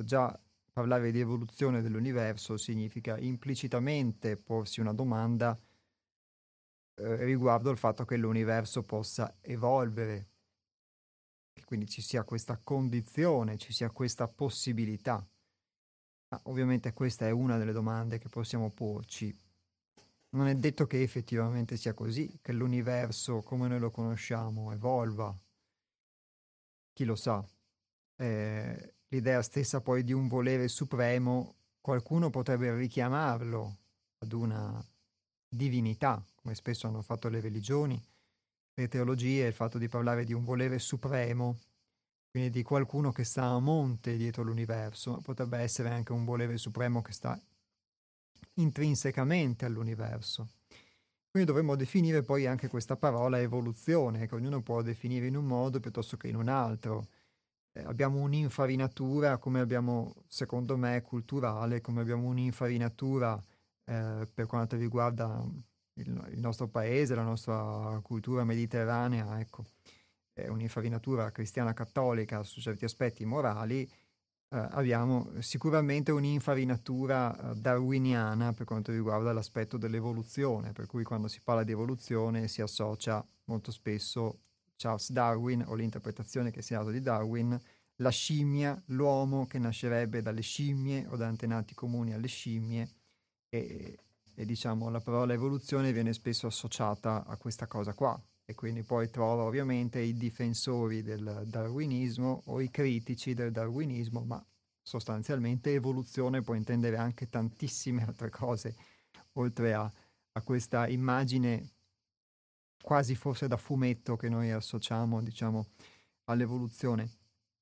Speaker 1: di evoluzione dell'universo significa implicitamente porsi una domanda riguardo il fatto che l'universo possa evolvere, che quindi ci sia questa condizione, ci sia questa possibilità. Ma ovviamente questa è una delle domande che possiamo porci. Non è detto che effettivamente sia così, che l'universo come noi lo conosciamo evolva. Chi lo sa? L'idea stessa poi di un volere supremo, qualcuno potrebbe richiamarlo ad una divinità, come spesso hanno fatto le religioni, le teologie, il fatto di parlare di un volere supremo, quindi di qualcuno che sta a monte dietro l'universo, ma potrebbe essere anche un volere supremo che sta intrinsecamente all'universo. Quindi dovremmo definire poi anche questa parola evoluzione, che ognuno può definire in un modo piuttosto che in un altro. Abbiamo un'infarinatura, come abbiamo, secondo me, culturale, come abbiamo un'infarinatura per quanto riguarda il nostro paese, la nostra cultura mediterranea, ecco, è un'infarinatura cristiana cattolica su certi aspetti morali, abbiamo sicuramente un'infarinatura darwiniana per quanto riguarda l'aspetto dell'evoluzione, per cui quando si parla di evoluzione si associa molto spesso Charles Darwin o l'interpretazione che si ha dato di Darwin, la scimmia, l'uomo che nascerebbe dalle scimmie o da antenati comuni alle scimmie e diciamo la parola evoluzione viene spesso associata a questa cosa qua e quindi poi trova ovviamente i difensori del darwinismo o i critici del darwinismo, ma sostanzialmente evoluzione può intendere anche tantissime altre cose oltre a questa immagine quasi forse da fumetto che noi associamo, diciamo, all'evoluzione.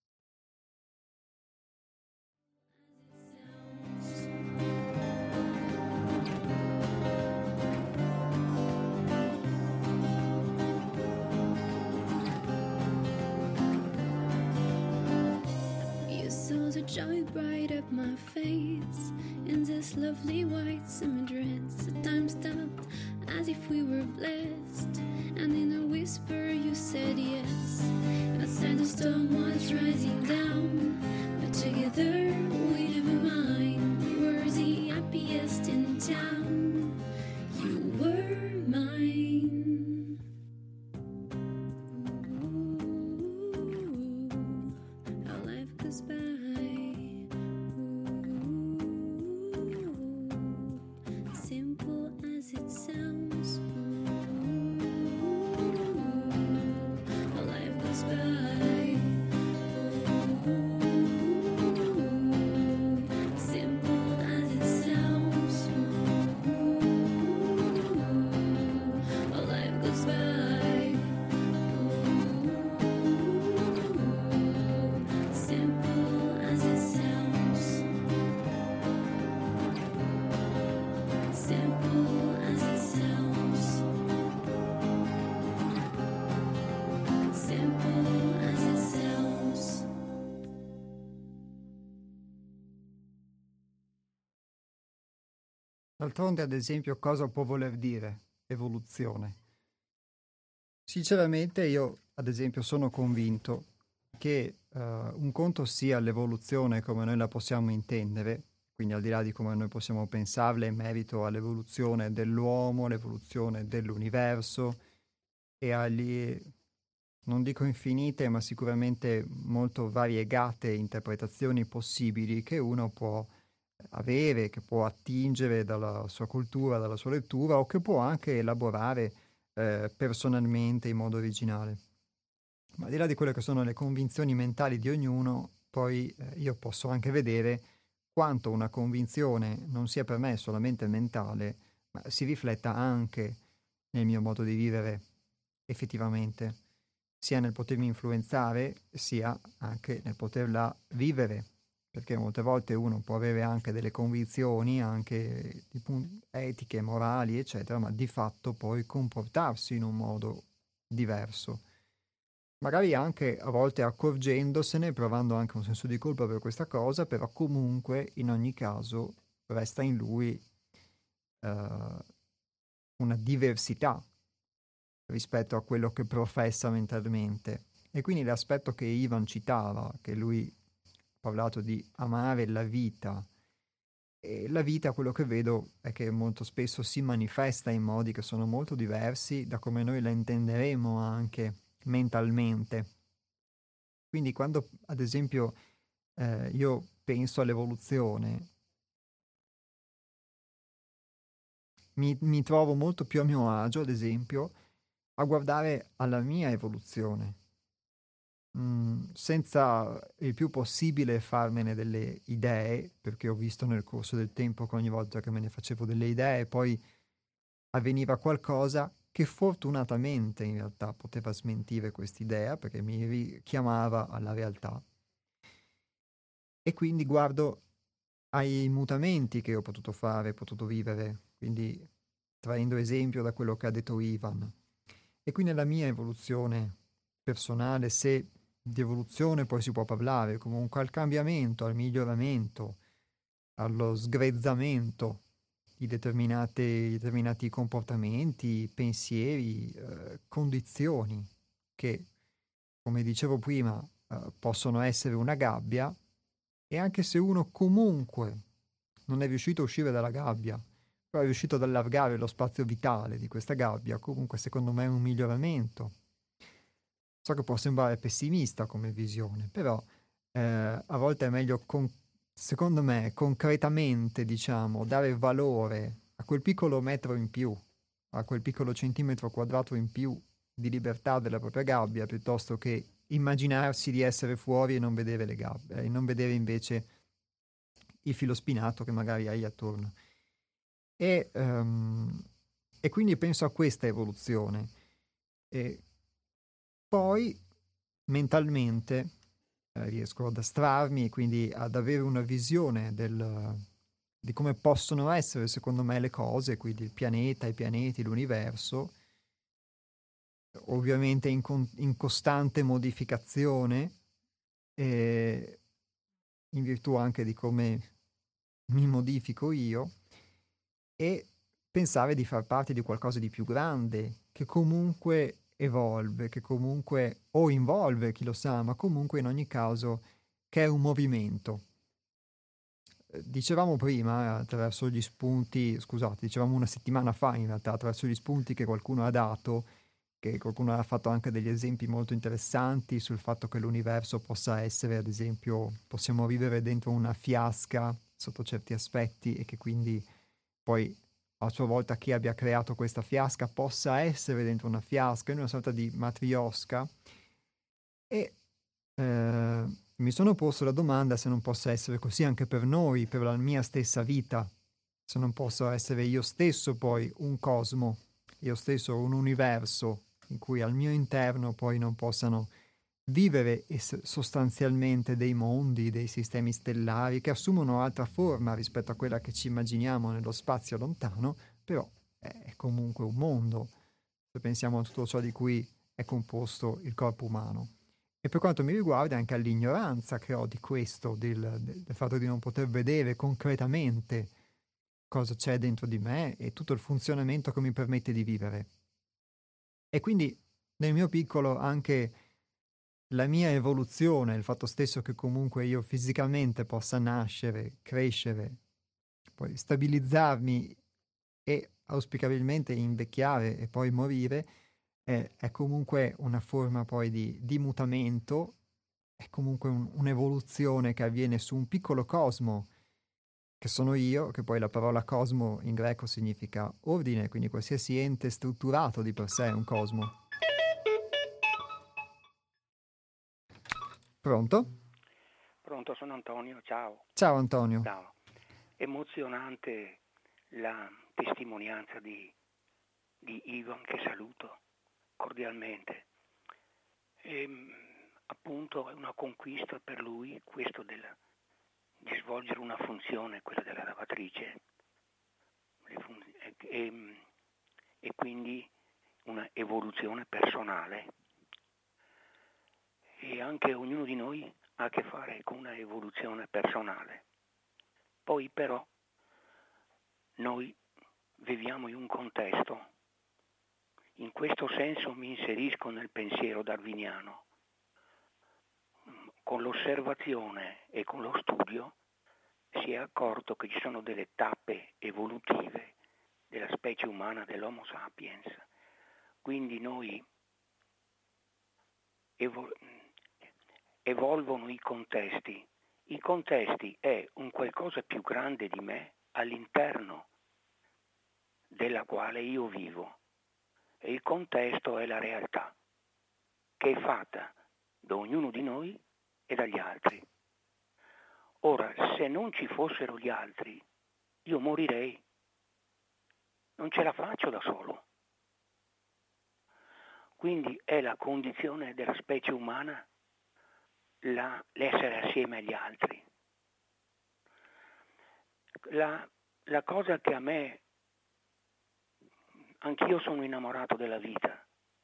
Speaker 2: You saw the joy bright up my face in this lovely white summer dress. The time stopped as if we were blessed, and in a whisper you said yes. Outside the storm was rising down, but together we never mind. We were the happiest in town. You were mine. Ooh, how life goes by. Ooh, simple as it sounds. How life goes by. Simple as it sounds. How life goes by. Simple as it sounds. Simple as it sounds. Simple as it sounds.
Speaker 1: D'altronde, ad esempio, cosa può voler dire evoluzione? Sinceramente io, ad esempio, sono convinto che un conto sia l'evoluzione come noi la possiamo intendere, quindi al di là di come noi possiamo pensarle in merito all'evoluzione dell'uomo, all'evoluzione dell'universo e agli, non dico infinite, ma sicuramente molto variegate interpretazioni possibili che uno può avere, che può attingere dalla sua cultura, dalla sua lettura o che può anche elaborare personalmente in modo originale. Ma al di là di quelle che sono le convinzioni mentali di ognuno, poi io posso anche vedere quanto una convinzione non sia per me solamente mentale, ma si rifletta anche nel mio modo di vivere effettivamente, sia nel potermi influenzare, sia anche nel poterla vivere, perché molte volte uno può avere anche delle convinzioni, anche etiche, morali, eccetera, ma di fatto poi comportarsi in un modo diverso. Magari anche a volte accorgendosene, provando anche un senso di colpa per questa cosa, però comunque in ogni caso resta in lui una diversità rispetto a quello che professa mentalmente. E quindi l'aspetto che Ivan citava, che lui ha parlato di amare la vita, e la vita, quello che vedo è che molto spesso si manifesta in modi che sono molto diversi da come noi la intenderemo anche mentalmente. Quindi quando, ad esempio, io penso all'evoluzione, mi trovo molto più a mio agio, ad esempio, a guardare alla mia evoluzione, senza il più possibile farmene delle idee, perché ho visto nel corso del tempo che ogni volta che me ne facevo delle idee, poi avveniva qualcosa che fortunatamente in realtà poteva smentire quest'idea, perché mi richiamava alla realtà. E quindi guardo ai mutamenti che ho potuto fare, potuto vivere, quindi traendo esempio da quello che ha detto Ivan. E qui nella mia evoluzione personale, se di evoluzione poi si può parlare, comunque al cambiamento, al miglioramento, allo sgrezzamento di determinati comportamenti, pensieri, condizioni che, come dicevo prima, possono essere una gabbia, e anche se uno comunque non è riuscito a uscire dalla gabbia, però è riuscito ad allargare lo spazio vitale di questa gabbia, comunque secondo me è un miglioramento. So che può sembrare pessimista come visione, però a volte è meglio, secondo me, concretamente, diciamo, dare valore a quel piccolo metro in più, a quel piccolo centimetro quadrato in più di libertà della propria gabbia, piuttosto che immaginarsi di essere fuori e non vedere le gabbie, e non vedere invece il filo spinato che magari hai attorno. E quindi penso a questa evoluzione. E poi mentalmente riesco ad astrarmi e quindi ad avere una visione di come possono essere secondo me le cose, quindi il pianeta, i pianeti, l'universo, ovviamente in costante modificazione, e in virtù anche di come mi modifico io, e pensare di far parte di qualcosa di più grande, che comunque evolve, che comunque o involve, chi lo sa, ma comunque in ogni caso che è un movimento. Dicevamo prima, attraverso gli spunti, scusate, dicevamo una settimana fa in realtà, attraverso gli spunti che qualcuno ha dato, che qualcuno ha fatto anche degli esempi molto interessanti sul fatto che l'universo possa essere, ad esempio, possiamo vivere dentro una fiasca sotto certi aspetti e che quindi poi a sua volta chi abbia creato questa fiasca possa essere dentro una fiasca, in una sorta di matriosca. E mi sono posto la domanda se non possa essere così anche per noi, per la mia stessa vita, se non posso essere io stesso poi un cosmo, io stesso un universo in cui al mio interno poi non possano vivere sostanzialmente dei mondi, dei sistemi stellari che assumono altra forma rispetto a quella che ci immaginiamo nello spazio lontano, però è comunque un mondo, se pensiamo a tutto ciò di cui è composto il corpo umano. E per quanto mi riguarda anche all'ignoranza che ho di questo, del fatto di non poter vedere concretamente cosa c'è dentro di me e tutto il funzionamento che mi permette di vivere. E quindi nel mio piccolo anche la mia evoluzione, il fatto stesso che comunque io fisicamente possa nascere, crescere poi stabilizzarmi e auspicabilmente invecchiare e poi morire è comunque una forma poi di mutamento, è comunque un'evoluzione che avviene su un piccolo cosmo, che sono io, che poi la parola cosmo in greco significa ordine, quindi qualsiasi ente strutturato di per sé è un cosmo. Pronto?
Speaker 5: Pronto, sono Antonio, ciao.
Speaker 1: Ciao Antonio.
Speaker 5: Ciao. Emozionante la testimonianza di Ivan, che saluto cordialmente. Appunto è una conquista per lui questo di svolgere una funzione, quella della lavatrice, e quindi una evoluzione personale. E anche ognuno di noi ha a che fare con una evoluzione personale. Poi però noi viviamo in un contesto, in questo senso mi inserisco nel pensiero darwiniano. Con l'osservazione e con lo studio si è accorto che ci sono delle tappe evolutive della specie umana, dell'Homo sapiens. Quindi noi evolvono i contesti. I contesti è un qualcosa più grande di me all'interno della quale io vivo. E il contesto è la realtà, che è fatta da ognuno di noi e dagli altri. Ora, se non ci fossero gli altri, io morirei. Non ce la faccio da solo. Quindi è la condizione della specie umana l'essere assieme agli altri. La cosa che a me, anch'io sono innamorato della vita,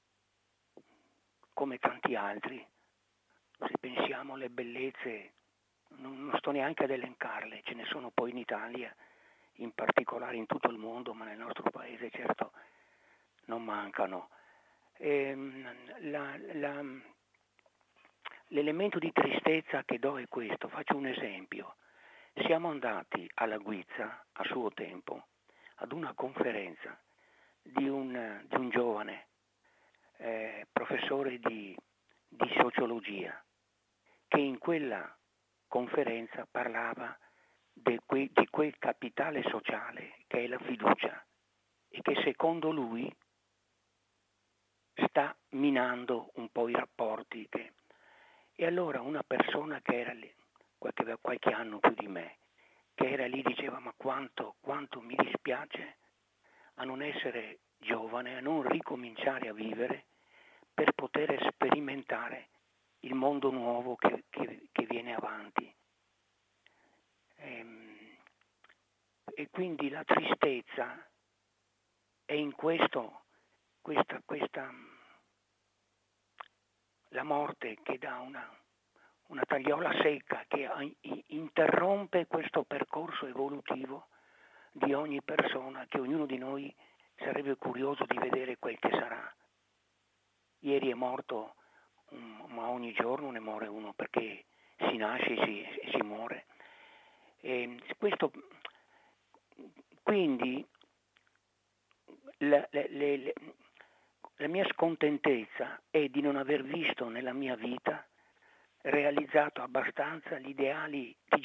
Speaker 5: come tanti altri. Se pensiamo alle bellezze, non sto neanche ad elencarle, ce ne sono poi in Italia, in particolare in tutto il mondo, ma nel nostro paese certo non mancano. L'elemento di tristezza che do è questo, faccio un esempio. Siamo andati alla Guizza a suo tempo ad una conferenza di un giovane professore di sociologia, che in quella conferenza parlava di quel capitale sociale che è la fiducia e che secondo lui sta minando un po' i rapporti. E allora una persona che era lì, che aveva qualche anno più di me, che era lì, diceva: ma quanto mi dispiace a non essere giovane, a non ricominciare a vivere per poter sperimentare il mondo nuovo che viene avanti. E quindi la tristezza è in questo, la morte che dà una tagliola secca, che interrompe questo percorso evolutivo di ogni persona, che ognuno di noi sarebbe curioso di vedere quel che sarà. Ieri è morto, ma ogni giorno ne muore uno, perché si nasce e si muore. Quindi la mia scontentezza è di non aver visto nella mia vita realizzato abbastanza gli ideali di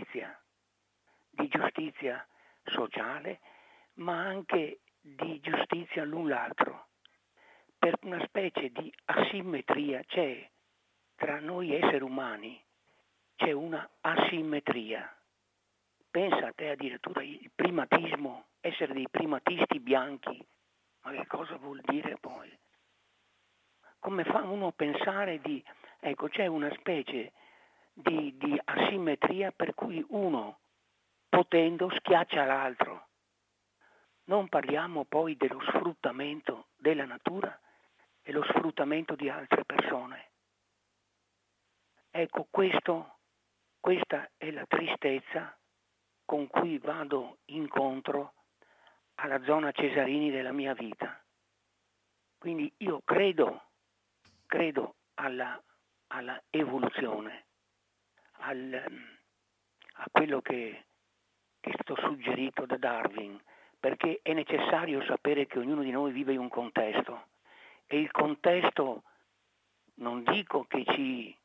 Speaker 5: giustizia sociale, ma anche di giustizia l'un l'altro. Per una specie di asimmetria c'è tra noi esseri umani, c'è una asimmetria. Pensa a te addirittura il primatismo, essere dei primatisti bianchi, ma che cosa vuol dire poi? Come fa uno a pensare c'è una specie di asimmetria per cui uno, potendo, schiaccia l'altro. Non parliamo poi dello sfruttamento della natura e lo sfruttamento di altre persone. Ecco, questa è la tristezza con cui vado incontro alla zona Cesarini della mia vita. Quindi io credo alla evoluzione, a quello che che è stato suggerito da Darwin, perché è necessario sapere che ognuno di noi vive in un contesto, e il contesto non dico che ci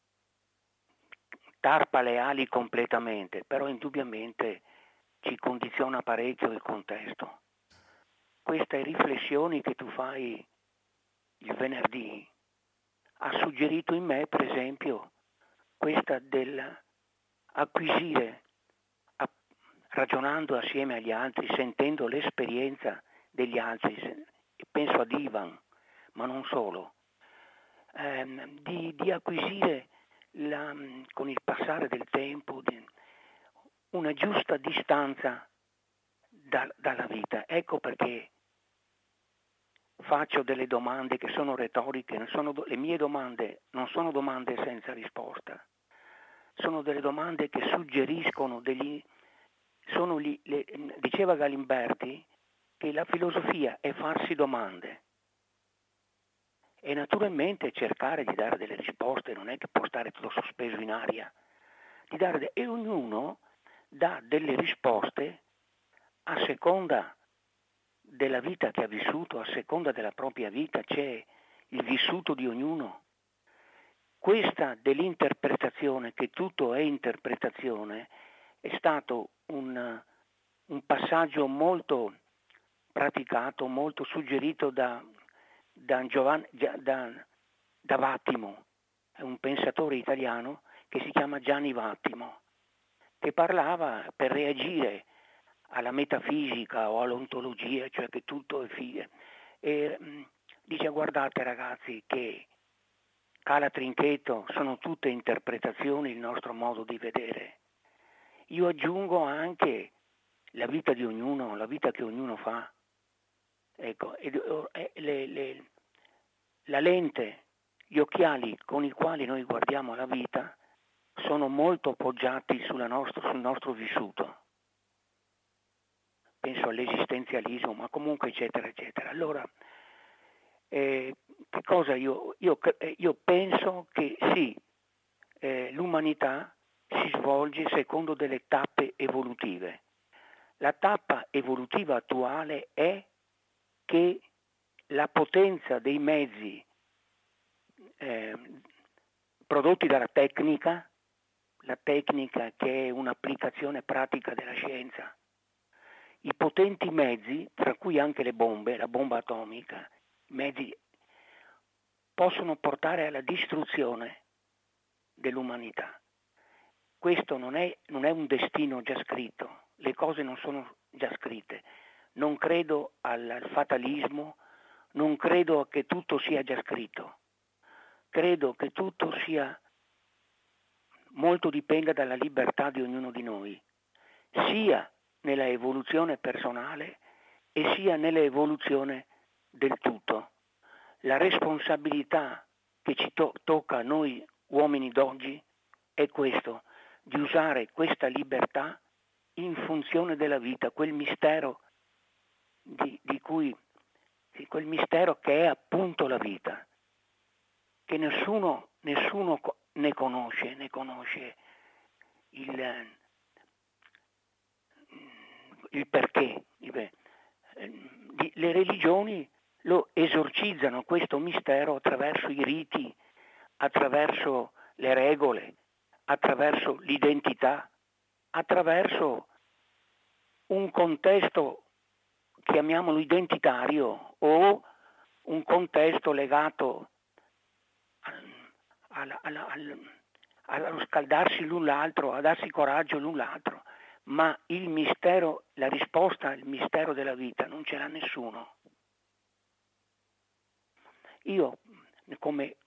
Speaker 5: tarpa le ali completamente, però indubbiamente ci condiziona parecchio il contesto. Queste riflessioni che tu fai il venerdì ha suggerito in me, per esempio, questa dell'acquisire, ragionando assieme agli altri, sentendo l'esperienza degli altri, penso ad Ivan, ma non solo, di acquisire con il passare del tempo una giusta distanza dalla vita. Ecco perché faccio delle domande che sono retoriche, le mie domande non sono domande senza risposta, sono delle domande che suggeriscono diceva Galimberti che la filosofia è farsi domande e naturalmente cercare di dare delle risposte, non è che può stare tutto sospeso in aria, e ognuno dà delle risposte a seconda della vita che ha vissuto, a seconda della propria vita, c'è il vissuto di ognuno. Questa dell'interpretazione, che tutto è interpretazione, è stato un passaggio molto praticato, molto suggerito da Vattimo, è un pensatore italiano che si chiama Gianni Vattimo, che parlava per reagire alla metafisica o all'ontologia, cioè che tutto è figlio. E dice: guardate ragazzi che Cala Trinchetto sono tutte interpretazioni, il nostro modo di vedere. Io aggiungo anche la vita di ognuno, la vita che ognuno fa. Ecco, la lente, gli occhiali con i quali noi guardiamo la vita sono molto appoggiati sul nostro vissuto. Penso all'esistenzialismo, ma comunque eccetera eccetera. Allora, che cosa io penso che sì, l'umanità si svolge secondo delle tappe evolutive. La tappa evolutiva attuale è che la potenza dei mezzi prodotti dalla tecnica, la tecnica che è un'applicazione pratica della scienza, i potenti mezzi, tra cui anche le bombe, la bomba atomica, mezzi possono portare alla distruzione dell'umanità. Questo non è un destino già scritto, le cose non sono già scritte. Non credo al fatalismo, non credo che tutto sia già scritto. Credo che tutto molto dipenda dalla libertà di ognuno di noi, sia nella evoluzione personale e sia nella evoluzione del tutto. La responsabilità che ci tocca a noi uomini d'oggi è questo, di usare questa libertà in funzione della vita, quel mistero quel mistero che è appunto la vita, che nessuno ne conosce il perché. Le religioni lo esorcizzano questo mistero attraverso i riti, attraverso le regole, attraverso l'identità, attraverso un contesto, chiamiamolo identitario, o un contesto legato allo scaldarsi l'un l'altro, a darsi coraggio l'un l'altro, ma il mistero, la risposta al mistero della vita non ce l'ha nessuno. Io, come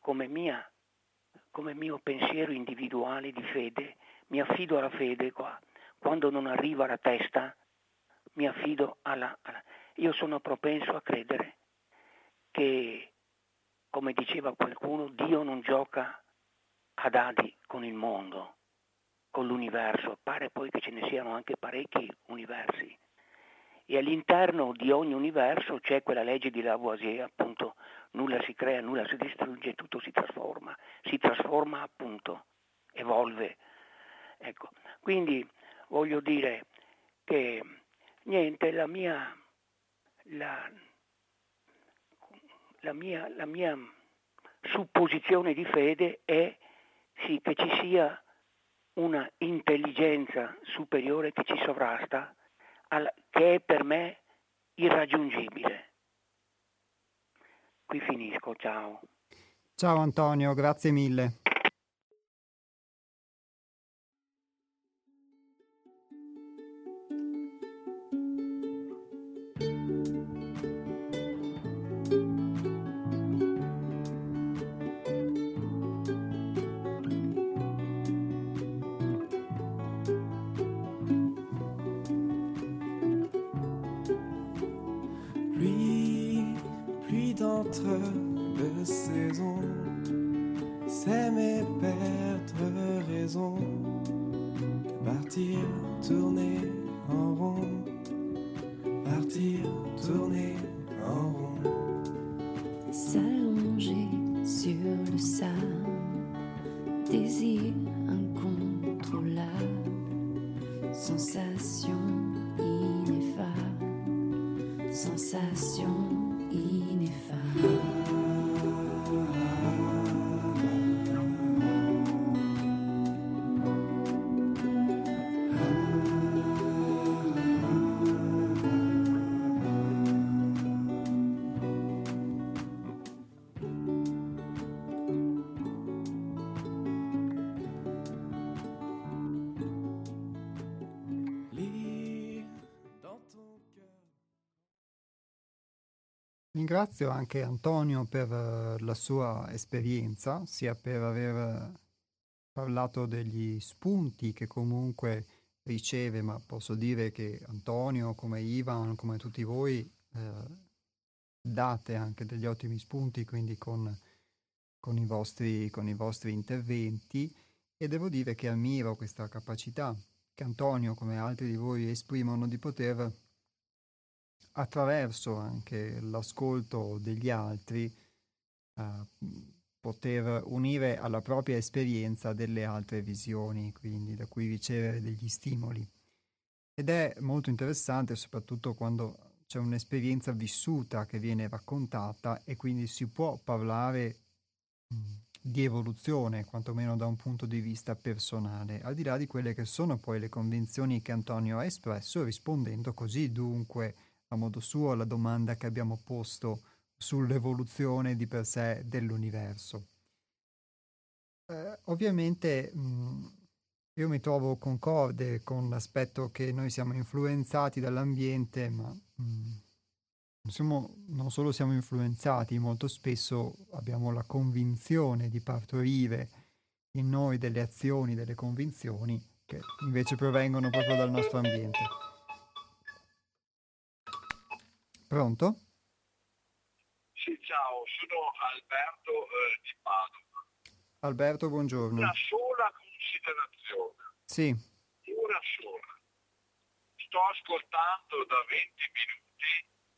Speaker 5: mio pensiero individuale di fede, mi affido alla fede qua. Quando non arriva la testa, mi affido Io sono propenso a credere che, come diceva qualcuno, Dio non gioca a dadi con il mondo, con l'universo. Pare poi che ce ne siano anche parecchi universi. E all'interno di ogni universo c'è quella legge di Lavoisier, appunto, nulla si crea, nulla si distrugge, tutto si trasforma appunto, evolve. Ecco, quindi voglio dire, che niente, la mia supposizione di fede è sì, che ci sia una intelligenza superiore che ci sovrasta, che è per me irraggiungibile. Qui finisco, ciao.
Speaker 1: Ciao Antonio, grazie mille.
Speaker 3: Pluie d'entre deux saisons, s'aimer, perdre raison, que partir, tourner en rond, partir, tourner en rond.
Speaker 2: S'allonger sur le sable, désir incontrôlable, sensation ineffable, sensation ineffable.
Speaker 1: Ringrazio anche Antonio per la sua esperienza, sia per aver parlato degli spunti che comunque riceve, ma posso dire che Antonio, come Ivan, come tutti voi, date anche degli ottimi spunti, quindi con i vostri interventi, e devo dire che ammiro questa capacità che Antonio, come altri di voi, esprimono di poter, attraverso anche l'ascolto degli altri, poter unire alla propria esperienza delle altre visioni, quindi da cui ricevere degli stimoli. Ed è molto interessante soprattutto quando c'è un'esperienza vissuta che viene raccontata e quindi si può parlare di evoluzione, quantomeno da un punto di vista personale, al di là di quelle che sono poi le convinzioni che Antonio ha espresso, rispondendo così dunque a modo suo alla domanda che abbiamo posto sull'evoluzione di per sé dell'universo. Ovviamente io mi trovo concorde con l'aspetto che noi siamo influenzati dall'ambiente, ma non solo siamo influenzati, molto spesso abbiamo la convinzione di partorire in noi delle azioni, delle convinzioni che invece provengono proprio dal nostro ambiente. Pronto?
Speaker 6: Sì, ciao, sono Alberto di Padova.
Speaker 1: Alberto, buongiorno.
Speaker 6: Una sola considerazione.
Speaker 1: Sì.
Speaker 6: Una sola. Sto ascoltando da 20 minuti.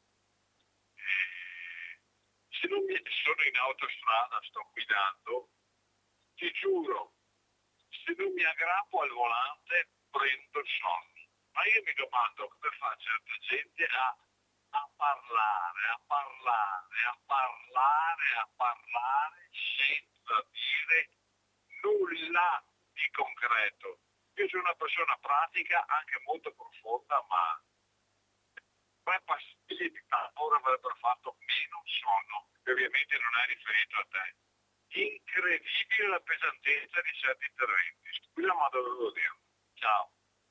Speaker 6: Se non mi sono in autostrada, sto guidando, ti giuro, se non mi aggrappo al volante prendo il sonno. Ma io mi domando come fa certa gente a parlare senza dire nulla di concreto. Io sono una persona pratica, anche molto profonda, ma 3 pastiglie di ora avrebbero fatto meno sonno, che ovviamente non è riferito a te. Incredibile la pesantezza di certi interventi. Scusa, ma dovevo dirlo. Ciao.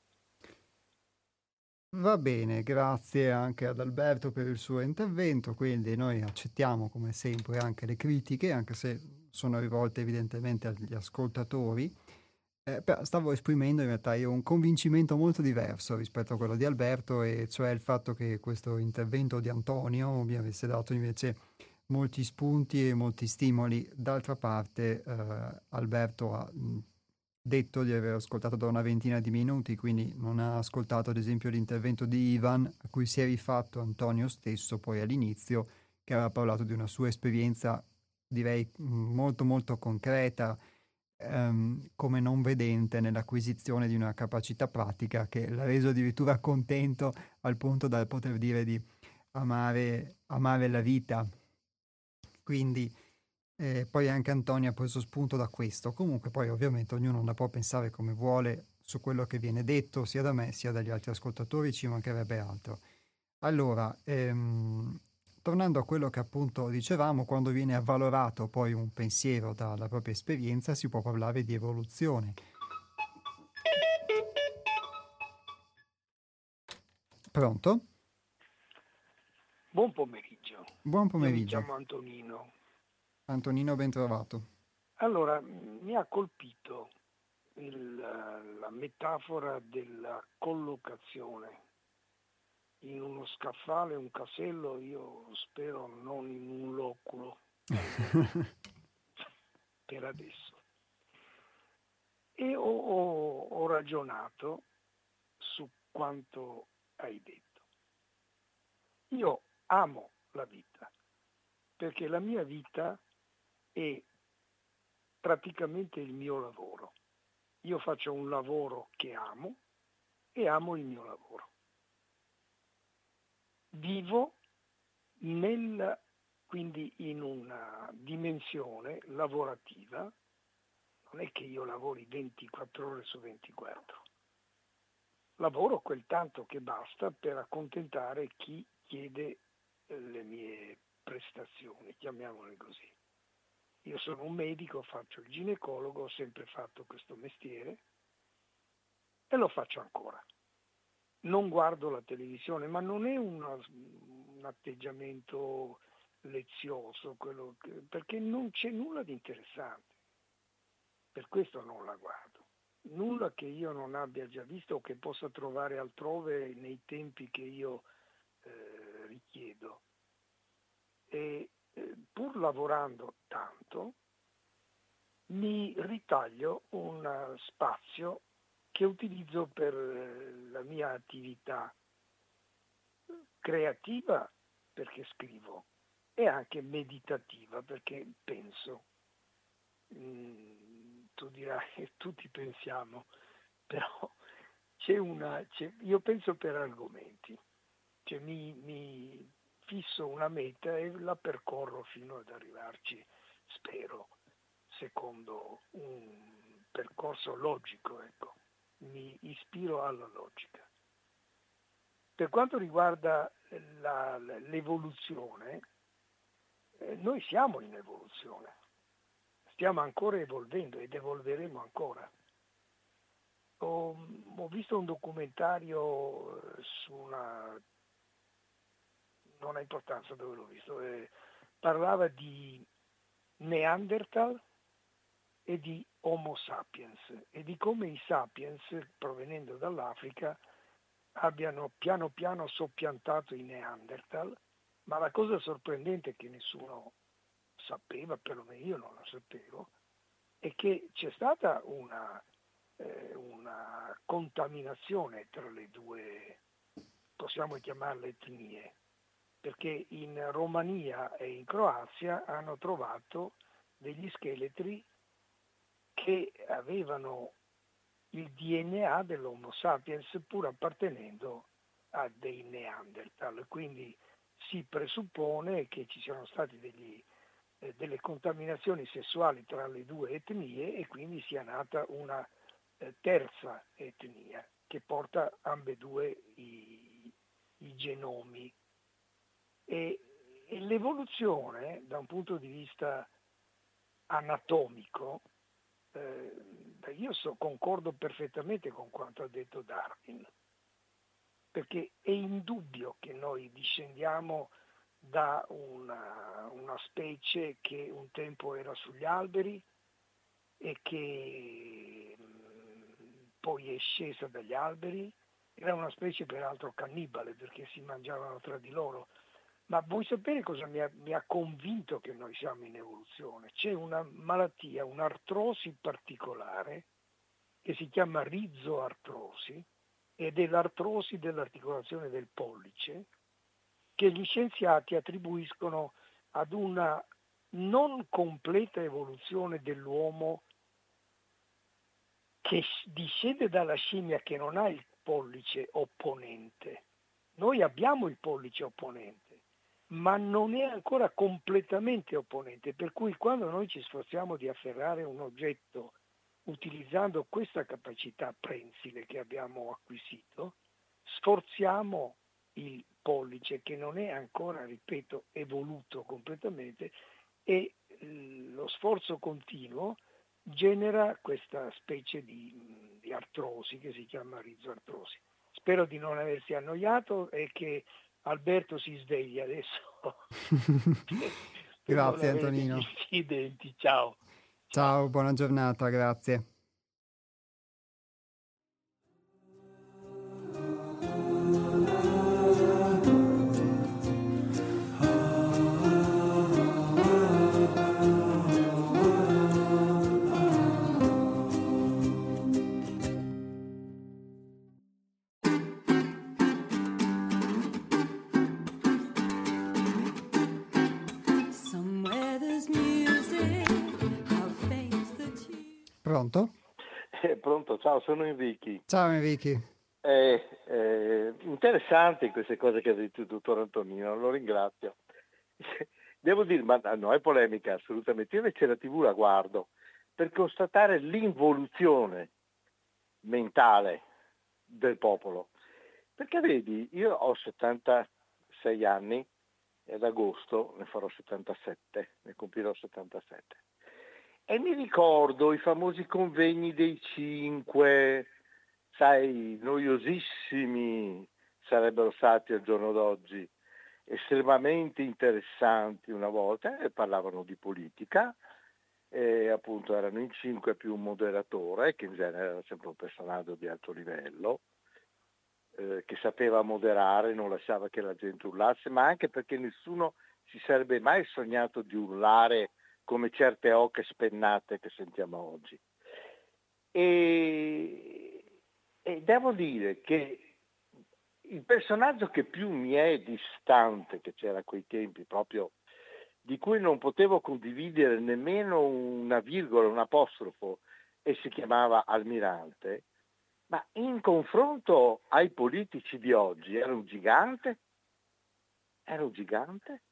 Speaker 1: Va bene, grazie anche ad Alberto per il suo intervento, quindi noi accettiamo come sempre anche le critiche, anche se sono rivolte evidentemente agli ascoltatori. Però stavo esprimendo in realtà io un convincimento molto diverso rispetto a quello di Alberto, e cioè il fatto che questo intervento di Antonio mi avesse dato invece molti spunti e molti stimoli. D'altra parte Alberto ha detto di aver ascoltato da una ventina di minuti, quindi non ha ascoltato ad esempio l'intervento di Ivan, a cui si è rifatto Antonio stesso poi all'inizio, che aveva parlato di una sua esperienza direi molto molto concreta, come non vedente nell'acquisizione di una capacità pratica che l'ha reso addirittura contento al punto da poter dire di amare la vita. Quindi poi anche Antonio ha preso spunto da questo. Comunque poi ovviamente ognuno la può pensare come vuole su quello che viene detto, sia da me sia dagli altri ascoltatori, ci mancherebbe altro. Allora, tornando a quello che appunto dicevamo, quando viene avvalorato poi un pensiero dalla propria esperienza, si può parlare di evoluzione. Pronto?
Speaker 7: Buon pomeriggio.
Speaker 1: Buon
Speaker 7: Io mi
Speaker 1: pomeriggio.
Speaker 7: chiamo Antonino.
Speaker 1: Antonino, ben trovato.
Speaker 7: Allora, mi ha colpito la metafora della collocazione in uno scaffale, un casello, io spero non in un loculo, per adesso. E ho ragionato su quanto hai detto. Io amo la vita, perché la mia vita è praticamente il mio lavoro. Io faccio un lavoro che amo e amo il mio lavoro. Vivo quindi in una dimensione lavorativa, non è che io lavori 24 ore su 24. Lavoro quel tanto che basta per accontentare chi chiede le mie prestazioni, chiamiamole così. Io sono un medico, faccio il ginecologo, ho sempre fatto questo mestiere e lo faccio ancora. Non guardo la televisione, ma non è un atteggiamento lezioso, perché non c'è nulla di interessante. Per questo non la guardo. Nulla che io non abbia già visto o che possa trovare altrove nei tempi che io richiedo. E pur lavorando tanto, mi ritaglio un spazio che utilizzo per la mia attività creativa, perché scrivo, e anche meditativa, perché penso. Tu dirai, tutti pensiamo, però io penso per argomenti, cioè mi fisso una meta e la percorro fino ad arrivarci, spero, secondo un percorso logico, ecco. Mi ispiro alla logica. Per quanto riguarda l'evoluzione, noi siamo in evoluzione, stiamo ancora evolvendo ed evolveremo ancora. Ho visto un documentario su non ha importanza dove l'ho visto, parlava di Neanderthal e di Homo sapiens e di come i sapiens, provenendo dall'Africa, abbiano piano piano soppiantato i Neanderthal, ma la cosa sorprendente che nessuno sapeva, perlomeno io non lo sapevo, è che c'è stata una contaminazione tra le due, possiamo chiamarle etnie, perché in Romania e in Croazia hanno trovato degli scheletri che avevano il DNA dell'Homo sapiens pur appartenendo a dei Neanderthal, quindi si presuppone che ci siano stati delle contaminazioni sessuali tra le due etnie e quindi sia nata una terza etnia che porta ambedue i genomi. E l'evoluzione da un punto di vista anatomico, io concordo perfettamente con quanto ha detto Darwin, perché è indubbio che noi discendiamo da una specie che un tempo era sugli alberi e che poi è scesa dagli alberi. Era una specie peraltro cannibale perché si mangiavano tra di loro. Ma vuoi sapere cosa mi ha convinto che noi siamo in evoluzione? C'è una malattia, un'artrosi particolare che si chiama rizoartrosi ed è l'artrosi dell'articolazione del pollice che gli scienziati attribuiscono ad una non completa evoluzione dell'uomo che discende dalla scimmia che non ha il pollice opponente. Noi abbiamo il pollice opponente, ma non è ancora completamente opponente, per cui quando noi ci sforziamo di afferrare un oggetto utilizzando questa capacità prensile che abbiamo acquisito, sforziamo il pollice che non è ancora, ripeto, evoluto completamente, e lo sforzo continuo genera questa specie di artrosi che si chiama rizoartrosi. Spero di non aversi annoiato e che Alberto si svegli adesso. Per non
Speaker 1: Grazie
Speaker 7: avere degli
Speaker 1: Antonino.
Speaker 7: incidenti. Ciao.
Speaker 1: Ciao, buona giornata, grazie. Pronto?
Speaker 8: Pronto, ciao, sono Enrichi.
Speaker 1: Ciao Enrichi.
Speaker 8: Interessanti queste cose che ha detto il dottor Antonino, lo ringrazio. Devo dire, ma no, è polemica assolutamente. Io invece la TV la guardo per constatare l'involuzione mentale del popolo. Perché vedi, io ho 76 anni e ad agosto ne farò 77, ne compirò 77. E mi ricordo i famosi convegni dei 5, sai, noiosissimi sarebbero stati al giorno d'oggi, estremamente interessanti una volta, e parlavano di politica, e appunto erano in 5 più un moderatore, che in genere era sempre un personaggio di alto livello, che sapeva moderare, non lasciava che la gente urlasse, ma anche perché nessuno si sarebbe mai sognato di urlare come certe oche spennate che sentiamo oggi. E devo dire che il personaggio che più mi è distante, che c'era a quei tempi, proprio di cui non potevo condividere nemmeno una virgola, un apostrofo, e si chiamava Almirante, ma in confronto ai politici di oggi era un gigante? Era un gigante?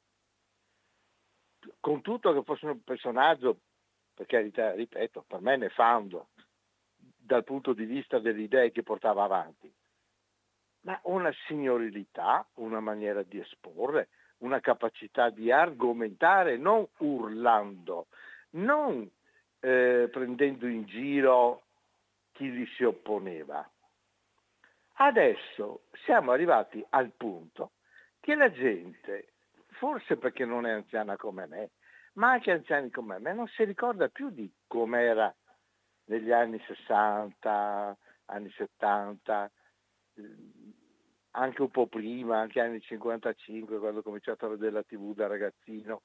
Speaker 8: Con tutto che fosse un personaggio, per carità, ripeto, per me nefando dal punto di vista delle idee che portava avanti, ma una signorilità, una maniera di esporre, una capacità di argomentare, non urlando, non prendendo in giro chi gli si opponeva. Adesso siamo arrivati al punto che la gente, forse perché non è anziana come me, ma anche anziani come me, non si ricorda più di com'era negli anni 60, anni 70, anche un po' prima, anche anni 55, quando ho cominciato a vedere la TV da ragazzino.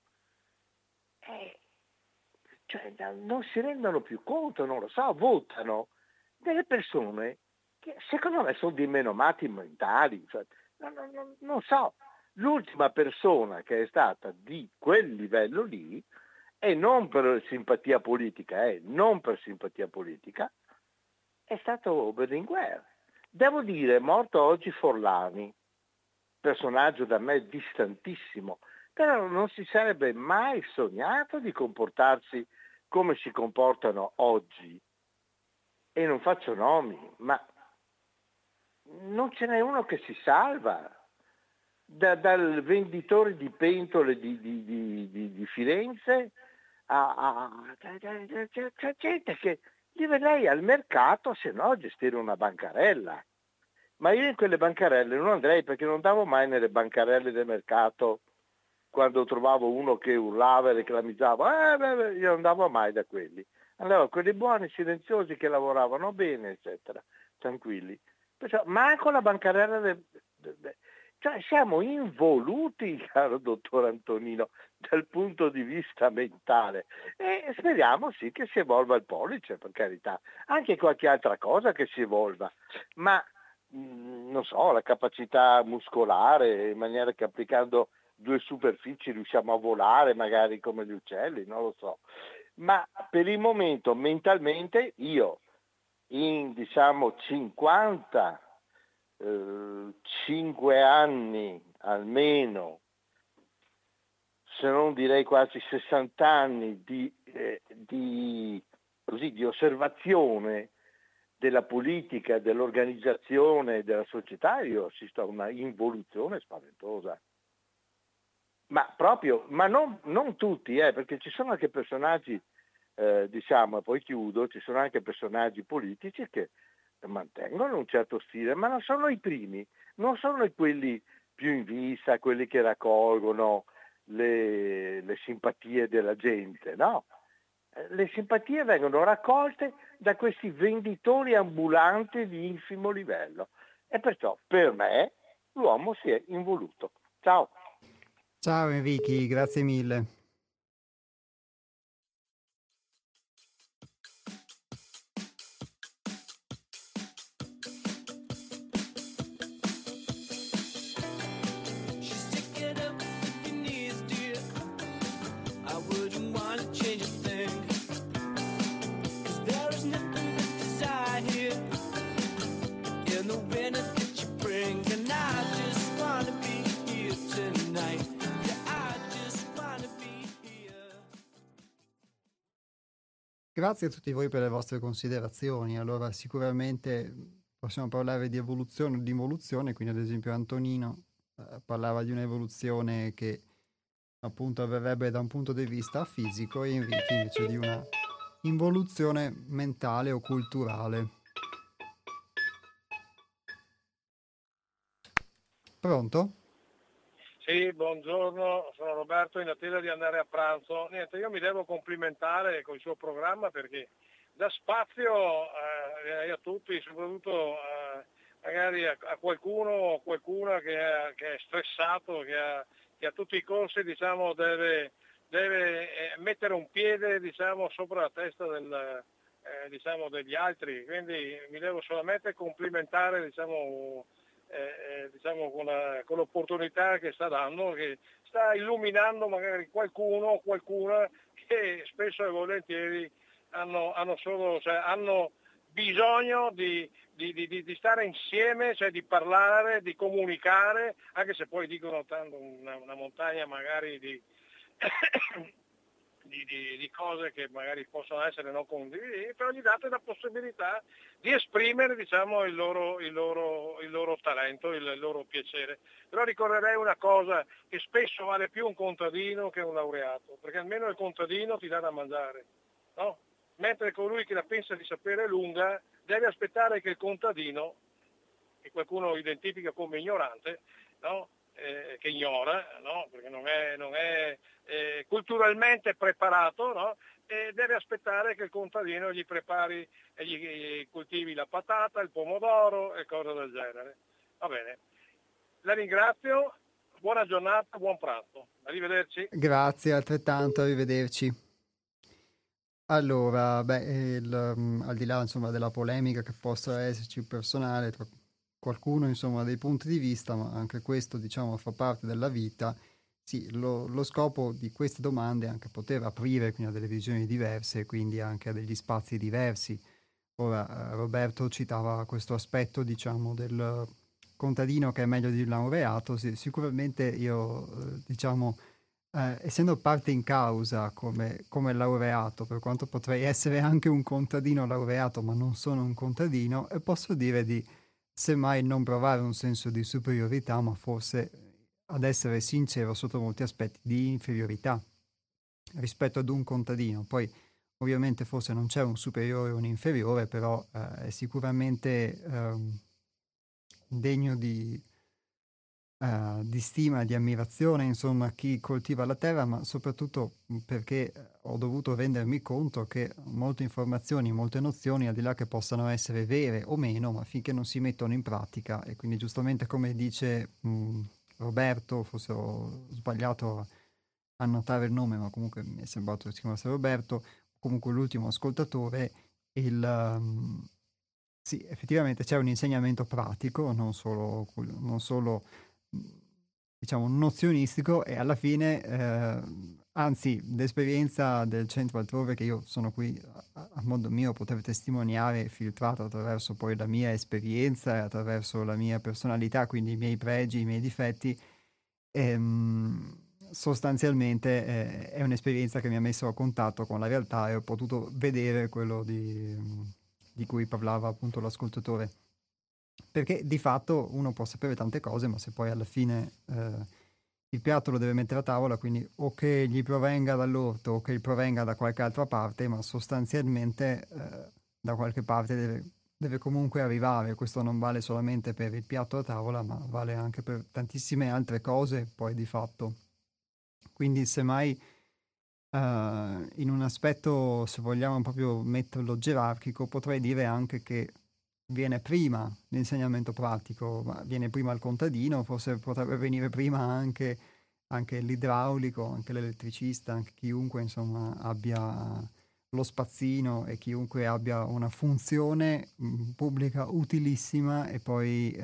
Speaker 8: Cioè, non si rendono più conto, non lo so, votano delle persone che secondo me sono dei menomati mentali. Cioè, non so, l'ultima persona che è stata di quel livello lì, e non per simpatia politica, non per simpatia politica, è stato Berlinguer. Devo dire, è morto oggi Forlani, personaggio da me distantissimo, però non si sarebbe mai sognato di comportarsi come si comportano oggi. E non faccio nomi, ma non ce n'è uno che si salva. Dal venditore di pentole di Firenze c'è gente che deve lei al mercato, se no gestire una bancarella. Ma io in quelle bancarelle non andrei, perché non andavo mai nelle bancarelle del mercato quando trovavo uno che urlava e reclamizzava. Io non andavo mai da quelli. Andavo a quelli buoni, silenziosi, che lavoravano bene, eccetera, tranquilli. Perciò manco la bancarella cioè siamo involuti, caro dottor Antonino, dal punto di vista mentale, e speriamo sì che si evolva il pollice, per carità, anche qualche altra cosa che si evolva, ma non so, la capacità muscolare, in maniera che applicando 2 superfici riusciamo a volare magari come gli uccelli, non lo so, ma per il momento mentalmente io in diciamo 55 anni almeno, se non direi quasi 60 anni di osservazione della politica, dell'organizzazione, della società, io assisto a una involuzione spaventosa. Ma non tutti, perché ci sono anche personaggi, e poi chiudo, ci sono anche personaggi politici che mantengono un certo stile, ma non sono i primi, non sono quelli più in vista, quelli che raccolgono le simpatie della gente, no. Le simpatie vengono raccolte da questi venditori ambulanti di infimo livello e perciò per me l'uomo si è involuto. Ciao.
Speaker 1: Ciao Enrico, grazie mille. Grazie a tutti voi per le vostre considerazioni. Allora, sicuramente possiamo parlare di evoluzione o di involuzione, quindi ad esempio Antonino parlava di un'evoluzione che appunto avverrebbe da un punto di vista fisico e Enrico invece di una involuzione mentale o culturale. Pronto?
Speaker 9: Sì, buongiorno, sono Roberto, in attesa di andare a pranzo. Niente, io mi devo complimentare con il suo programma perché dà spazio a tutti, soprattutto magari a qualcuno o qualcuna che è stressato, che a tutti i corsi deve mettere un piede sopra la testa degli altri. Quindi mi devo solamente complimentare con l'opportunità che sta dando, che sta illuminando magari qualcuno o qualcuna che spesso e volentieri hanno bisogno di stare insieme, cioè di parlare, di comunicare, anche se poi dicono tanto una montagna magari di cose che magari possono essere non condivisibili, però gli date la possibilità di esprimere il loro talento, il loro piacere. Però ricorderei una cosa, che spesso vale più un contadino che un laureato, perché almeno il contadino ti dà da mangiare, no? Mentre colui che la pensa di sapere lunga deve aspettare che il contadino, che qualcuno identifica come ignorante, no? Che ignora, no? Perché non è culturalmente preparato, no? E deve aspettare che il contadino gli prepari e gli coltivi la patata, il pomodoro e cose del genere. Va bene, la ringrazio, buona giornata, buon pranzo, arrivederci.
Speaker 1: Grazie, altrettanto, arrivederci. Allora, al di là insomma della polemica che possa esserci personale tra qualcuno insomma dei punti di vista, ma anche questo diciamo fa parte della vita. Sì, lo scopo di queste domande è anche poter aprire quindi a delle visioni diverse, quindi anche a degli spazi diversi. Ora Roberto citava questo aspetto diciamo del contadino che è meglio di un laureato. Sì, sicuramente io diciamo essendo parte in causa come laureato, per quanto potrei essere anche un contadino laureato, ma non sono un contadino, e posso dire di semmai non provare un senso di superiorità, ma forse, ad essere sincero, sotto molti aspetti di inferiorità rispetto ad un contadino. Poi ovviamente forse non c'è un superiore o un inferiore, però è sicuramente degno di stima, di ammirazione, insomma, chi coltiva la terra, ma soprattutto perché ho dovuto rendermi conto che molte informazioni, molte nozioni, al di là che possano essere vere o meno, ma finché non si mettono in pratica, e quindi giustamente come dice Roberto, forse ho sbagliato a notare il nome, ma comunque mi è sembrato che si chiamasse Roberto, comunque l'ultimo ascoltatore, sì, effettivamente c'è un insegnamento pratico, non solo diciamo nozionistico, e alla fine Anzi, l'esperienza del centro altrove che io sono qui a modo mio poter testimoniare, filtrato attraverso poi la mia esperienza e attraverso la mia personalità, quindi i miei pregi, i miei difetti, sostanzialmente è un'esperienza che mi ha messo a contatto con la realtà e ho potuto vedere quello di cui parlava appunto l'ascoltatore. Perché di fatto uno può sapere tante cose, ma se poi alla fine il piatto lo deve mettere a tavola, quindi o che gli provenga dall'orto o che gli provenga da qualche altra parte, ma sostanzialmente da qualche parte deve comunque arrivare. Questo non vale solamente per il piatto a tavola, ma vale anche per tantissime altre cose, poi di fatto. Quindi semmai in un aspetto, se vogliamo proprio metterlo gerarchico, potrei dire anche che viene prima l'insegnamento pratico, ma viene prima il contadino, forse potrebbe venire prima anche l'idraulico, anche l'elettricista, anche chiunque insomma abbia lo spazzino e chiunque abbia una funzione pubblica utilissima e poi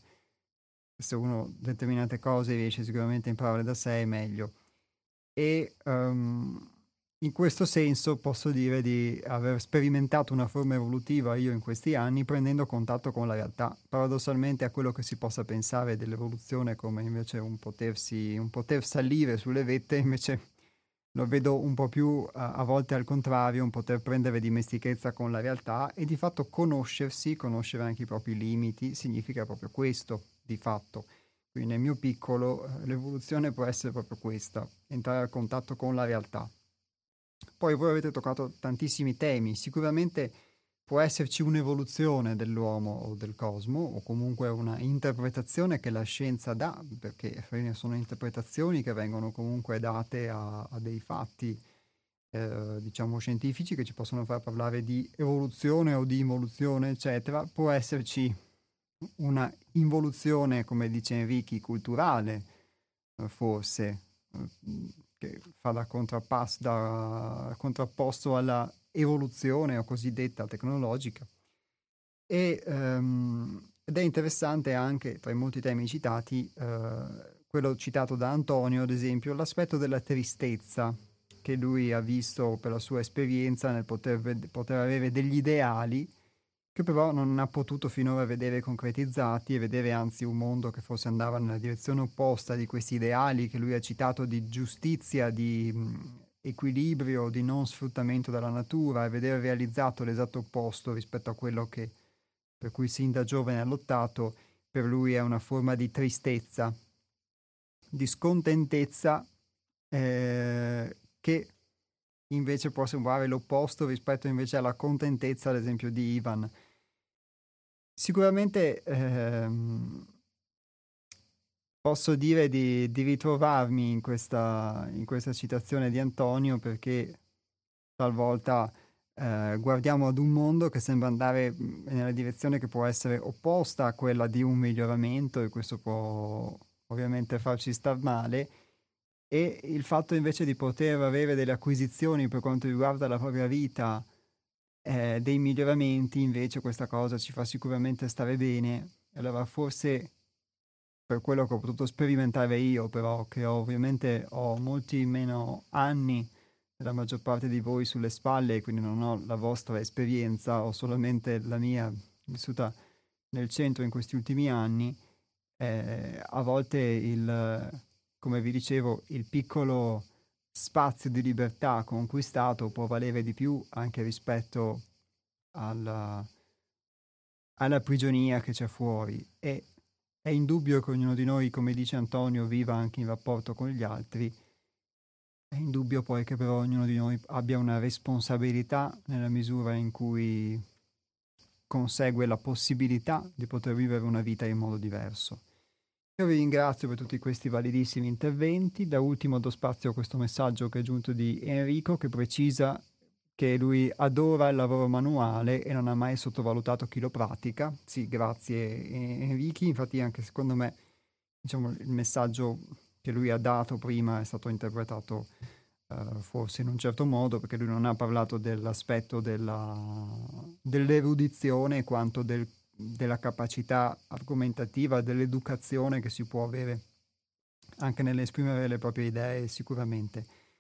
Speaker 1: se uno determinate cose riesce sicuramente a imparare da sé è meglio. E in questo senso posso dire di aver sperimentato una forma evolutiva io in questi anni prendendo contatto con la realtà. Paradossalmente a quello che si possa pensare dell'evoluzione come invece un poter salire sulle vette, invece lo vedo un po' più a volte al contrario, un poter prendere dimestichezza con la realtà e di fatto conoscere anche i propri limiti, significa proprio questo, di fatto. Quindi nel mio piccolo l'evoluzione può essere proprio questa, entrare a contatto con la realtà. Poi voi avete toccato tantissimi temi, sicuramente può esserci un'evoluzione dell'uomo o del cosmo o comunque una interpretazione che la scienza dà, perché sono interpretazioni che vengono comunque date a dei fatti diciamo scientifici che ci possono far parlare di evoluzione o di involuzione, eccetera. Può esserci una involuzione, come dice Enrichi, culturale, forse, che fa da contrapposto alla evoluzione o cosiddetta tecnologica. Ed è interessante anche, tra i molti temi citati, quello citato da Antonio, ad esempio, l'aspetto della tristezza che lui ha visto per la sua esperienza nel poter avere degli ideali che però non ha potuto finora vedere concretizzati e vedere anzi un mondo che forse andava nella direzione opposta di questi ideali che lui ha citato di giustizia, di equilibrio, di non sfruttamento della natura e vedere realizzato l'esatto opposto rispetto a quello per cui sin da giovane ha lottato, per lui è una forma di tristezza, di scontentezza che invece può sembrare l'opposto rispetto invece alla contentezza, ad esempio, di Ivan. Sicuramente posso dire di ritrovarmi in questa citazione di Antonio perché talvolta guardiamo ad un mondo che sembra andare nella direzione che può essere opposta a quella di un miglioramento e questo può ovviamente farci star male. E il fatto invece di poter avere delle acquisizioni per quanto riguarda la propria vita, dei miglioramenti, invece questa cosa ci fa sicuramente stare bene. Allora forse per quello che ho potuto sperimentare io, però che ovviamente ho molti meno anni della maggior parte di voi sulle spalle, quindi non ho la vostra esperienza, ho solamente la mia vissuta nel centro in questi ultimi anni, a volte come vi dicevo, il piccolo spazio di libertà conquistato può valere di più anche rispetto alla prigionia che c'è fuori. E è indubbio che ognuno di noi, come dice Antonio, viva anche in rapporto con gli altri. È indubbio poi che però ognuno di noi abbia una responsabilità nella misura in cui consegue la possibilità di poter vivere una vita in modo diverso. Io vi ringrazio per tutti questi validissimi interventi. Da ultimo do spazio a questo messaggio che è giunto di Enrico, che precisa che lui adora il lavoro manuale e non ha mai sottovalutato chi lo pratica. Sì, grazie Enrico. Infatti anche secondo me, diciamo, il messaggio che lui ha dato prima è stato interpretato forse in un certo modo, perché lui non ha parlato dell'aspetto dell'erudizione quanto della capacità argomentativa, dell'educazione che si può avere anche nell'esprimere le proprie idee sicuramente.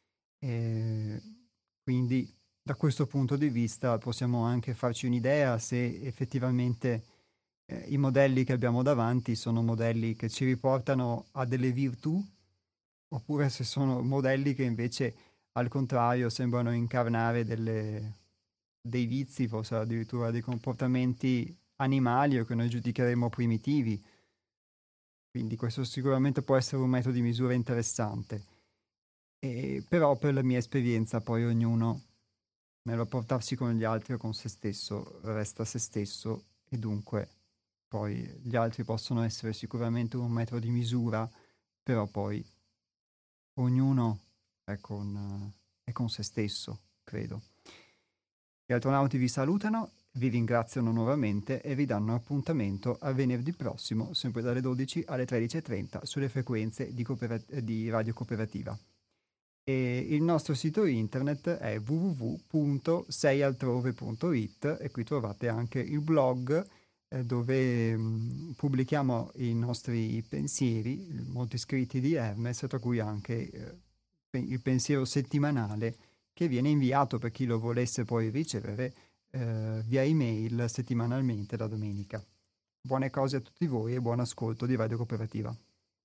Speaker 1: E quindi da questo punto di vista possiamo anche farci un'idea se effettivamente i modelli che abbiamo davanti sono modelli che ci riportano a delle virtù, oppure se sono modelli che invece al contrario sembrano incarnare dei vizi, forse addirittura dei comportamenti animali o che noi giudicheremo primitivi. Quindi questo sicuramente può essere un metodo di misura interessante. Però per la mia esperienza poi ognuno nel rapportarsi con gli altri o con se stesso resta se stesso, e dunque poi gli altri possono essere sicuramente un metro di misura, però poi ognuno è con se stesso, credo. Gli astronauti vi salutano, vi ringraziano nuovamente e vi danno appuntamento a venerdì prossimo, sempre dalle 12 alle 13:30 sulle frequenze di Radio Cooperativa. E il nostro sito internet è www.seialtrove.it, e qui trovate anche il blog dove pubblichiamo i nostri pensieri, molti scritti di Hermes, tra cui anche il pensiero settimanale che viene inviato per chi lo volesse poi ricevere via email settimanalmente la domenica. Buone cose a tutti voi e buon ascolto di Radio Cooperativa.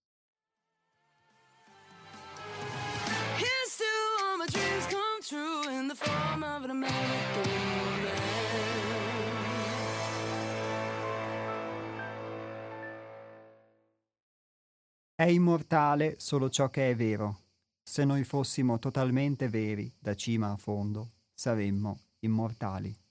Speaker 1: È immortale solo ciò che è vero. Se noi fossimo totalmente veri, da cima a fondo, saremmo immortali.